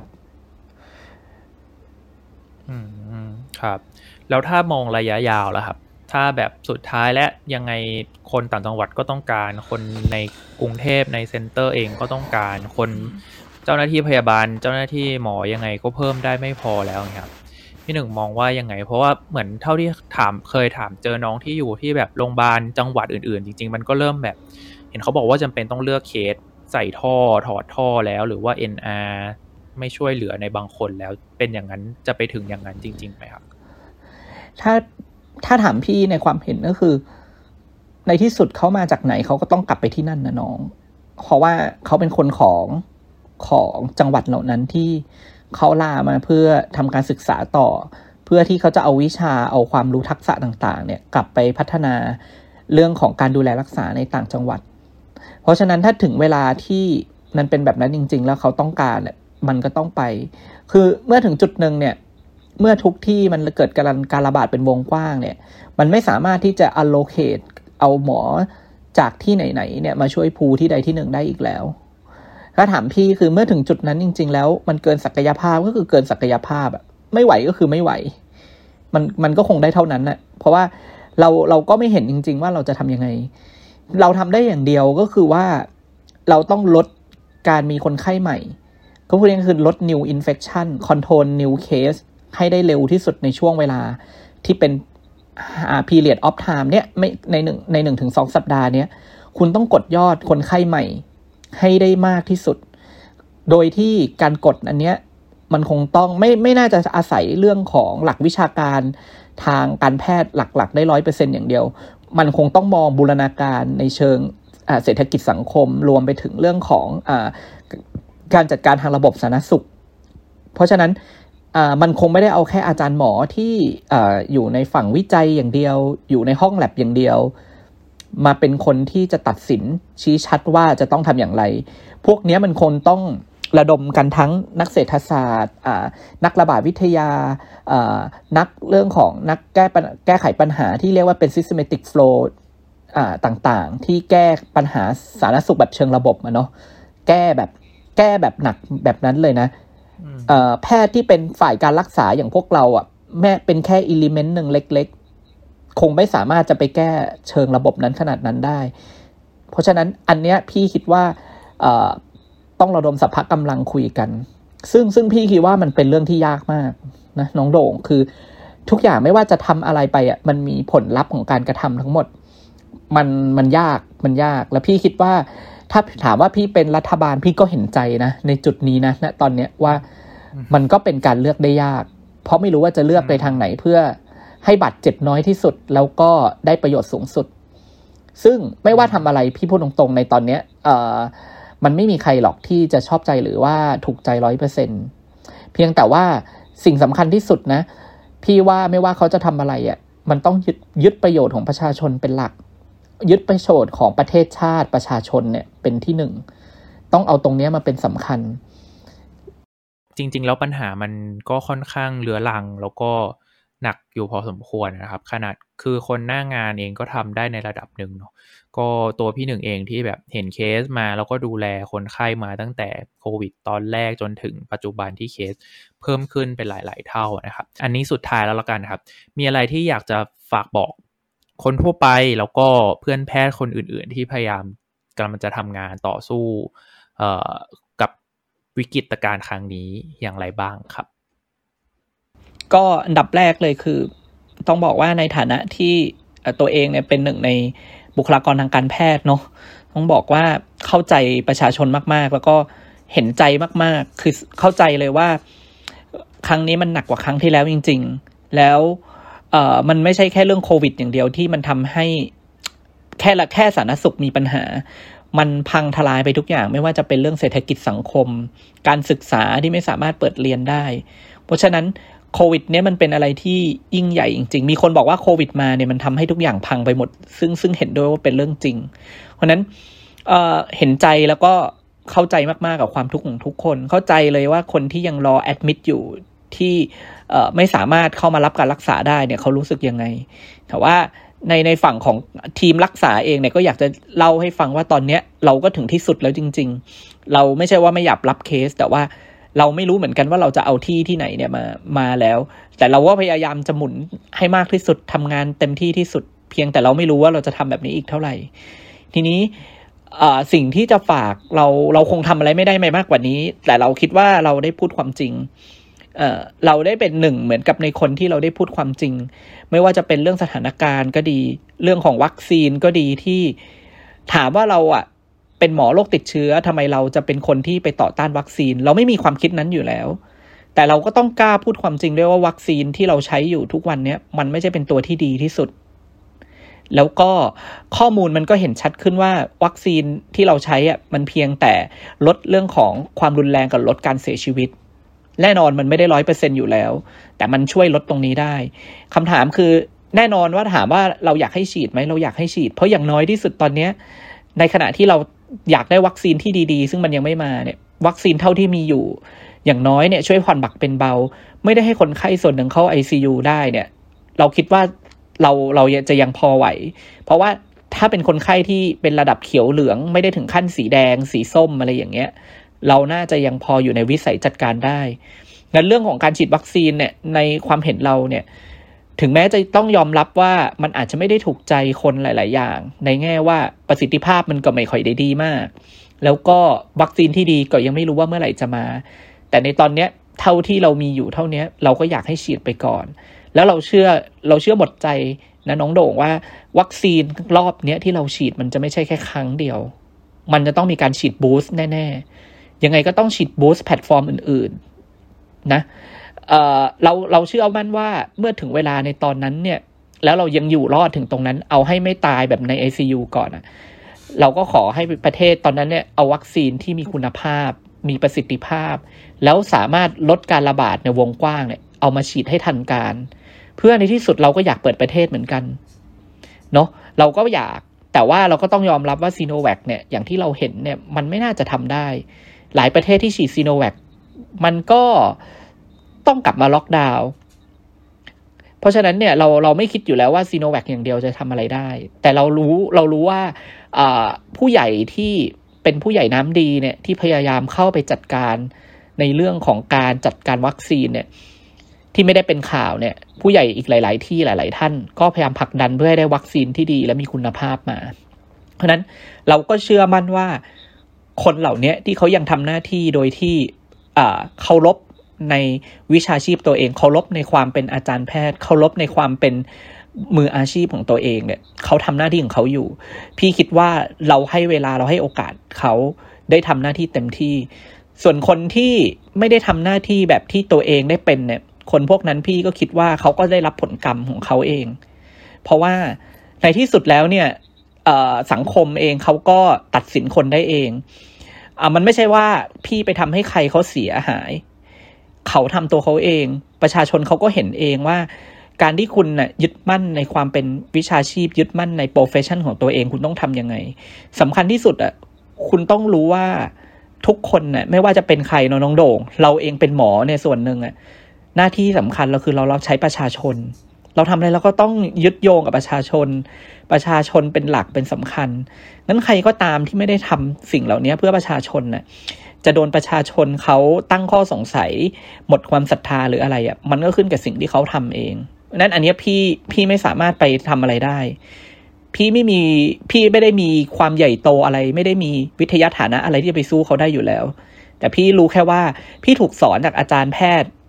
อืมครับแล้วถ้ามองระยะยาวล่ะครับถ้าแบบสุดท้ายและยังไงคนต่างจังหวัดก็ต้องการคนในกรุงเทพในเซ็นเตอร์เองก็ต้องการคนเจ้าหน้าที่พยาบาลเจ้าหน้าที่หมอยังไงก็เพิ่มได้ไม่พอแล้วครับพี่หนึ่งมองว่ายังไงเพราะว่าเหมือนเท่าที่ถามเคยถามเจอน้องที่อยู่ที่แบบโรงพยาบาลจังหวัดอื่นๆจริงๆมันก็เริ่มแบบเห็นเขาบอกว่าจำเป็นต้องเลือกเคสใส่ท่อถอดท่อแล้วหรือว่า เอ็น อาร์ ไม่ช่วยเหลือในบางคนแล้วเป็นอย่างนั้นจะไปถึงอย่างนั้นจริงๆไหมครับถ้าถ้าถามพี่ในความเห็นก็คือในที่สุดเขามาจากไหนเขาก็ต้องกลับไปที่นั่นนะน้องเพราะว่าเขาเป็นคนของของจังหวัดเหล่านั้นที่เขาลามาเพื่อทำการศึกษาต่อเพื่อที่เขาจะเอาวิชาเอาความรู้ทักษะต่างๆเนี่ยกลับไปพัฒนาเรื่องของการดูแลรักษาในต่างจังหวัดเพราะฉะนั้นถ้าถึงเวลาที่มันเป็นแบบนั้นจริงๆแล้วเขาต้องการเนี่ยมันก็ต้องไปคือเมื่อถึงจุดนึงเนี่ยเมื่อทุกที่มันเกิดการการระบาดเป็นวงกว้างเนี่ยมันไม่สามารถที่จะ allocate เอาหมอจากที่ไหนๆเนี่ยมาช่วยพูที่ใดที่หนึ่งได้อีกแล้วถ้าถามพี่คือเมื่อถึงจุดนั้นจริงๆแล้วมันเกินศักยภาพก็คือเกินศักยภาพอะไม่ไหวก็คือไม่ไหวมันมันก็คงได้เท่านั้นนะเพราะว่าเราเราก็ไม่เห็นจริงๆว่าเราจะทำยังไงเราทำได้อย่างเดียวก็คือว่าเราต้องลดการมีคนไข้ใหม่ก็พูดง่ายๆคือลด new infection control new case ให้ได้เร็วที่สุดในช่วงเวลาที่เป็นอ่า period of time เนี่ยไม่ในหนึ่งในหนึ่งถึงสองสัปดาห์เนี้ยคุณต้องกดยอดคนไข้ใหม่ให้ได้มากที่สุดโดยที่การกดอันเนี้ยมันคงต้องไม่ไม่น่าจะอาศัยเรื่องของหลักวิชาการทางการแพทย์หลักๆได้ ร้อยเปอร์เซ็นต์ อย่างเดียวมันคงต้องมองบูรณาการในเชิงเศรษฐกิจสังคมรวมไปถึงเรื่องของอ่าการจัดการทางระบบสาธารณสุขเพราะฉะนั้นมันคงไม่ได้เอาแค่อาจารย์หมอที่ออยู่ในฝั่งวิจัยอย่างเดียวอยู่ในห้องแลบอย่างเดียวมาเป็นคนที่จะตัดสินชี้ชัดว่าจะต้องทำอย่างไรพวกนี้มันคงต้องระดมกันทั้งนักเศรษฐศาสตร์นักระบาดวิทยานักเรื่องของนักแก้แก้ไขปัญหาที่เรียกว่าเป็น systematic flow ต่างๆที่แก้ปัญหาสาธารณสุขแบบเชิงระบบอะเนาะแก้แบบแก้แบบหนักแบบนั้นเลยนะแพทย์ที่เป็นฝ่ายการรักษาอย่างพวกเราอ่ะแม้เป็นแค่อิเลเมนต์หนึ่งเล็กๆคงไม่สามารถจะไปแก้เชิงระบบนั้นขนาดนั้นได้เพราะฉะนั้นอันเนี้ยพี่คิดว่าต้องระดมสรรพกำลังคุยกันซึ่งซึ่งพี่คิดว่ามันเป็นเรื่องที่ยากมากนะน้องโด่งคือทุกอย่างไม่ว่าจะทำอะไรไปอ่ะมันมีผลลัพธ์ของการกระทำทั้งหมดมันมันยากมันยากแล้วพี่คิดว่าถ้าถามว่าพี่เป็นรัฐบาลพี่ก็เห็นใจนะในจุดนี้นะณตอนเนี้ยว่ามันก็เป็นการเลือกได้ยากเพราะไม่รู้ว่าจะเลือกไปทางไหนเพื่อให้บาดเจ็บน้อยที่สุดแล้วก็ได้ประโยชน์สูงสุดซึ่งไม่ว่าทำอะไรพี่พูดตรงๆในตอนเนี้ยเอ่อมันไม่มีใครหรอกที่จะชอบใจหรือว่าถูกใจ ร้อยเปอร์เซ็นต์ เพียงแต่ว่าสิ่งสำคัญที่สุดนะพี่ว่าไม่ว่าเขาจะทำอะไรอ่ะมันต้องยึดยึดประโยชน์ของประชาชนเป็นหลักยึดประโยชน์ของประเทศชาติประชาชนเนี่ยเป็นที่หนึ่งต้องเอาตรงนี้มาเป็นสำคัญจริงๆแล้วปัญหามันก็ค่อนข้างเรื้อรังแล้วก็หนักอยู่พอสมควรนะครับขนาดคือคนหน้างานเองก็ทำได้ในระดับหนึ่งเนาะก็ตัวพี่หนึ่งเองที่แบบเห็นเคสมาแล้วก็ดูแลคนไข้มาตั้งแต่โควิดตอนแรกจนถึงปัจจุบันที่เคสเพิ่มขึ้นเป็นหลายๆเท่านะครับอันนี้สุดท้ายแล้วละกันครับมีอะไรที่อยากจะฝากบอกคนทั่วไปแล้วก็เพื่อนแพทย์คนอื่นๆที่พยายามกำลังจะทำงานต่อสู้เอ่อกับวิกฤตการณ์ครั้งนี้อย่างไรบ้างครับก็อันดับแรกเลยคือต้องบอกว่าในฐานะที่ตัวเองเนี่ยเป็นหนึ่งในบุคลากรทางการแพทย์เนาะต้องบอกว่าเข้าใจประชาชนมากๆแล้วก็เห็นใจมากๆคือเข้าใจเลยว่าครั้งนี้มันหนักกว่าครั้งที่แล้วจริงๆแล้วเอ่อมันไม่ใช่แค่เรื่องโควิดอย่างเดียวที่มันทำให้แค่ละแค่สาธารณสุขมีปัญหามันพังทลายไปทุกอย่างไม่ว่าจะเป็นเรื่องเศรษฐกิจสังคมการศึกษาที่ไม่สามารถเปิดเรียนได้เพราะฉะนั้นโควิดเนี่ยมันเป็นอะไรที่ยิ่งใหญ่จริงๆมีคนบอกว่าโควิดมาเนี่ยมันทำให้ทุกอย่างพังไปหมดซึ่งซึ่งเห็นด้วยว่าเป็นเรื่องจริงเพราะนั้นเอ่อเห็นใจแล้วก็เข้าใจมากๆกับความทุกข์ของทุกคนเข้าใจเลยว่าคนที่ยังรอแอดมิดอยู่ที่เอ่อไม่สามารถเข้ามารับการรักษาได้เนี่ยเขารู้สึกยังไงแต่ว่าในในฝั่งของทีมรักษาเองเนี่ยก็อยากจะเล่าให้ฟังว่าตอนเนี้ยเราก็ถึงที่สุดแล้วจริงๆเราไม่ใช่ว่าไม่อยากรับเคสแต่ว่าเราไม่รู้เหมือนกันว่าเราจะเอาที่ที่ไหนเนี่ยมามาแล้วแต่เราก็พยายามจะหมุนให้มากที่สุดทำงานเต็มที่ที่สุดเพียงแต่เราไม่รู้ว่าเราจะทำแบบนี้อีกเท่าไหร่ทีนี้สิ่งที่จะฝากเราเราคงทำอะไรไม่ได้ไม่มากกว่านี้แต่เราคิดว่าเราได้พูดความจริงเอ่อเราได้เป็นหนึ่งเหมือนกับในคนที่เราได้พูดความจริงไม่ว่าจะเป็นเรื่องสถานการณ์ก็ดีเรื่องของวัคซีนก็ดีที่ถามว่าเราอ่ะเป็นหมอโรคติดเชื้อทำไมเราจะเป็นคนที่ไปต่อต้านวัคซีนเราไม่มีความคิดนั้นอยู่แล้วแต่เราก็ต้องกล้าพูดความจริงด้วยว่าวัคซีนที่เราใช้อยู่ทุกวันนี้มันไม่ใช่เป็นตัวที่ดีที่สุดแล้วก็ข้อมูลมันก็เห็นชัดขึ้นว่าวัคซีนที่เราใช้อ่ะมันเพียงแต่ลดเรื่องของความรุนแรงกับลดการเสียชีวิตแน่นอนมันไม่ได้ ร้อยเปอร์เซ็นต์ อยู่แล้วแต่มันช่วยลดตรงนี้ได้คำถามคือแน่นอนว่าถามว่าเราอยากให้ฉีดไหมเราอยากให้ฉีดเพราะอย่างน้อยที่สุดตอนนี้ในขณะที่เราอยากได้วัคซีนที่ดีๆซึ่งมันยังไม่มาเนี่ยวัคซีนเท่าที่มีอยู่อย่างน้อยเนี่ยช่วยผ่อนบักเป็นเบาไม่ได้ให้คนไข้ส่วนหนึ่งเข้า ไอ ซี ยู ได้เนี่ยเราคิดว่าเราเราจะยังพอไหวเพราะว่าถ้าเป็นคนไข้ที่เป็นระดับเขียวเหลืองไม่ได้ถึงขั้นสีแดงสีส้มอะไรอย่างเงี้ยเราน่าจะยังพออยู่ในวิสัยจัดการได้งั้นเรื่องของการฉีดวัคซีนเนี่ยในความเห็นเราเนี่ยถึงแม้จะต้องยอมรับว่ามันอาจจะไม่ได้ถูกใจคนหลายๆอย่างในแง่ว่าประสิทธิภาพมันก็ไม่ค่อยได้ดีมากแล้วก็วัคซีนที่ดีก็ยังไม่รู้ว่าเมื่อไหร่จะมาแต่ในตอนเนี้ยเท่าที่เรามีอยู่เท่านี้เราก็อยากให้ฉีดไปก่อนแล้วเราเชื่อเราเชื่อหมดใจนะน้องโด่งว่าวัคซีนรอบเนี้ยที่เราฉีดมันจะไม่ใช่แค่ครั้งเดียวมันจะต้องมีการฉีดบูสต์แน่ๆยังไงก็ต้องฉีดบูสต์แพลตฟอร์มอื่นๆนะเอ่อเราเราเชื่อมั่นว่าเมื่อถึงเวลาในตอนนั้นเนี่ยแล้วเรายังอยู่รอดถึงตรงนั้นเอาให้ไม่ตายแบบใน ไอ ซี ยู ก่อนอะเราก็ขอให้ประเทศตอนนั้นเนี่ยเอาวัคซีนที่มีคุณภาพมีประสิทธิภาพแล้วสามารถลดการระบาดในวงกว้างเนี่ยเอามาฉีดให้ทันการเพื่อในที่สุดเราก็อยากเปิดประเทศเหมือนกันเนาะเราก็อยากแต่ว่าเราก็ต้องยอมรับว่าซีโนแวคเนี่ยอย่างที่เราเห็นเนี่ยมันไม่น่าจะทำได้หลายประเทศที่ฉีดซีโนแวคมันก็ต้องกลับมาล็อกดาวน์เพราะฉะนั้นเนี่ยเราเราไม่คิดอยู่แล้วว่าซีโนแวคอย่างเดียวจะทำอะไรได้แต่เรารู้เรารู้ว่าผู้ใหญ่ที่เป็นผู้ใหญ่น้ำดีเนี่ยที่พยายามเข้าไปจัดการในเรื่องของการจัดการวัคซีนเนี่ยที่ไม่ได้เป็นข่าวเนี่ยผู้ใหญ่อีกหลายๆที่หลายๆท่านก็พยายามผลักดันเพื่อให้ได้วัคซีนที่ดีและมีคุณภาพมาเพราะนั้นเราก็เชื่อมั่นว่าคนเหล่านี้ที่เขายังทำหน้าที่โดยที่เคารพในวิชาชีพตัวเองเคารพในความเป็นอาจารย์แพทย์เคารพในความเป็นมืออาชีพของตัวเองเนี่ยเขาทำหน้าที่ของเขาอยู่พี่คิดว่าเราให้เวลาเราให้โอกาสเขาได้ทำหน้าที่เต็มที่ส่วนคนที่ไม่ได้ทำหน้าที่แบบที่ตัวเองได้เป็นเนี่ยคนพวกนั้นพี่ก็คิดว่าเขาก็ได้รับผลกรรมของเขาเองเพราะว่าในที่สุดแล้วเนี่ยสังคมเองเขาก็ตัดสินคนได้เองอ่ะมันไม่ใช่ว่าพี่ไปทำให้ใครเขาเสียหายเขาทำตัวเขาเองประชาชนเขาก็เห็นเองว่าการที่คุณน่ะยึดมั่นในความเป็นวิชาชีพยึดมั่นในโปรเฟชชั่นของตัวเองคุณต้องทำยังไงสำคัญที่สุดอ่ะคุณต้องรู้ว่าทุกคนน่ะไม่ว่าจะเป็นใครน้องโด่งเราเองเป็นหมอในส่วนหนึ่งอ่ะหน้าที่สำคัญเราคือเราเราใช้ประชาชนเราทำอะไรเราก็ต้องยึดโยงกับประชาชนประชาชนเป็นหลักเป็นสำคัญงั้นใครก็ตามที่ไม่ได้ทำสิ่งเหล่านี้เพื่อประชาชนน่ะจะโดนประชาชนเขาตั้งข้อสงสัยหมดความศรัทธาหรืออะไรอ่ะมันก็ขึ้นกับสิ่งที่เขาทำเองนั้นอันนี้พี่พี่ไม่สามารถไปทำอะไรได้พี่ไม่มีพี่ไม่ได้มีความใหญ่โตอะไรไม่ได้มีวิทยาฐานะอะไรที่จะไปสู้เขาได้อยู่แล้วแต่พี่รู้แค่ว่าพี่ถูกสอนจากอาจารย์แพทย์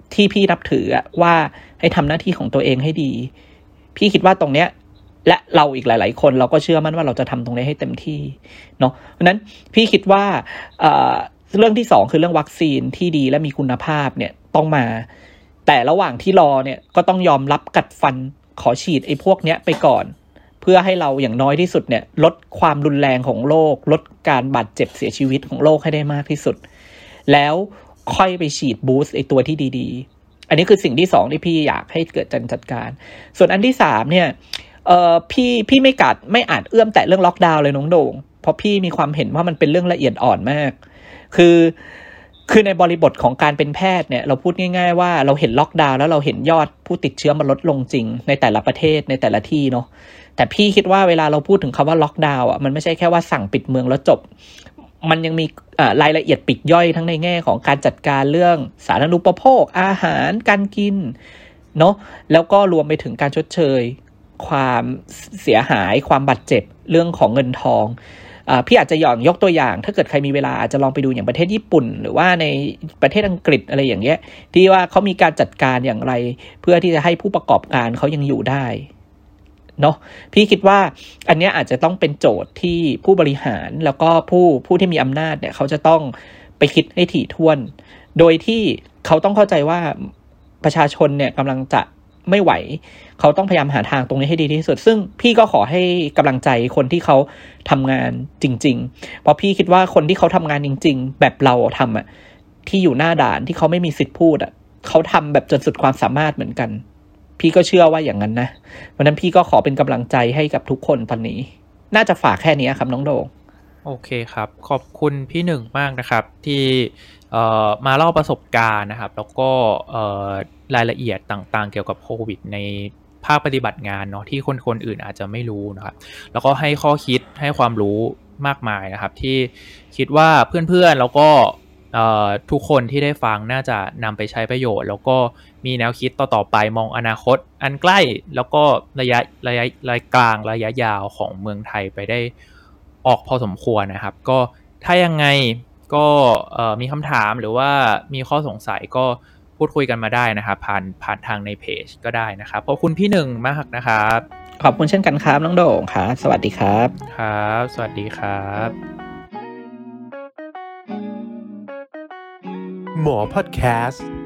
ที่พี่นับถือว่าให้ทำหน้าที่ของตัวเองให้ดีพี่คิดว่าตรงเนี้ยและเราอีกหลายๆคนเราก็เชื่อมั่นว่าเราจะทำตรงนี้ให้เต็มที่เนาะเพราะนั้นพี่คิดว่าเอ่อเรื่องที่สองคือเรื่องวัคซีนที่ดีและมีคุณภาพเนี่ยต้องมาแต่ระหว่างที่รอเนี่ยก็ต้องยอมรับกัดฟันขอฉีดไอ้พวกเนี้ยไปก่อนเพื่อให้เราอย่างน้อยที่สุดเนี่ยลดความรุนแรงของโรคลดการบาดเจ็บเสียชีวิตของโรคให้ได้มากที่สุดแล้วค่อยไปฉีดบูสต์ไอ้ตัวที่ดีๆอันนี้คือสิ่งที่สองที่พี่อยากให้เกิดการจัดการส่วนอันที่สามเนี่ยเอ่อพี่พี่ไม่กัดไม่อาจเอื้อมแตะเรื่องล็อกดาวน์เลยน้องโด่งเพราะพี่มีความเห็นว่ามันเป็นเรื่องละเอียดอ่อนมากคือคือในบริบทของการเป็นแพทย์เนี่ยเราพูดง่ายๆว่าเราเห็นล็อกดาวน์แล้วเราเห็นยอดผู้ติดเชื้อมันลดลงจริงในแต่ละประเทศในแต่ละที่เนาะแต่พี่คิดว่าเวลาเราพูดถึงคำว่าล็อกดาวน์อ่ะมันไม่ใช่แค่ว่าสั่งปิดเมืองแล้วจบมันยังมีรายละเอียดปลีกย่อยทั้งในแง่ของการจัดการเรื่องสาธารณูปโภคอาหารการกินเนาะแล้วก็รวมไปถึงการชดเชยความเสียหายความบาดเจ็บเรื่องของเงินทองอ่าพี่อาจจะหย่อนยกตัวอย่างถ้าเกิดใครมีเวลาอาจจะลองไปดูอย่างประเทศญี่ปุ่นหรือว่าในประเทศอังกฤษอะไรอย่างเงี้ยที่ว่าเขามีการจัดการอย่างไรเพื่อที่จะให้ผู้ประกอบการเขายังอยู่ได้เนาะพี่คิดว่าอันนี้อาจจะต้องเป็นโจทย์ที่ผู้บริหารแล้วก็ผู้ผู้ที่มีอำนาจเนี่ยเขาจะต้องไปคิดให้ถี่ถ้วนโดยที่เขาต้องเข้าใจว่าประชาชนเนี่ยกำลังจะไม่ไหวเขาต้องพยายามหาทางตรงนี้ให้ดีที่สุดซึ่งพี่ก็ขอให้กำลังใจคนที่เขาทำงานจริงๆเพราะพี่คิดว่าคนที่เขาทำงานจริงๆแบบเราทำอ่ะที่อยู่หน้าด่านที่เขาไม่มีสิทธิ์พูดอ่ะเขาทำแบบจนสุดความสามารถเหมือนกันพี่ก็เชื่อว่าอย่างนั้นนะเพราะนั้นพี่ก็ขอเป็นกำลังใจให้กับทุกคนตอนนี้น่าจะฝากแค่นี้ครับน้องโดโอเคครับขอบคุณพี่หนึ่งมากนะครับที่เอ่อมาเล่าประสบการณ์นะครับแล้วก็เอ่อรายละเอียดต่างๆเกี่ยวกับโควิดในภาคปฏิบัติงานเนาะที่คนคนอื่นอาจจะไม่รู้นะครับแล้วก็ให้ข้อคิดให้ความรู้มากมายนะครับที่คิดว่าเพื่อนๆแล้วก็ทุกคนที่ได้ฟังน่าจะนำไปใช้ประโยชน์แล้วก็มีแนวคิดต่อๆไปมองอนาคตอันใกล้แล้วก็ระยะระยะระยะกลางระยะยาวของเมืองไทยไปได้ออกพอสมควรนะครับก็ถ้ายังไงก็มีคำถามหรือว่ามีข้อสงสัยก็พูดคุยกันมาได้นะครับผ่านผ่านทางในเพจก็ได้นะครับขอบคุณพี่หนึ่งมากนะครับขอบคุณเช่นกันครับน้องโด่งครับสวัสดีครับครับสวัสดีครับหมอพอดแคสต์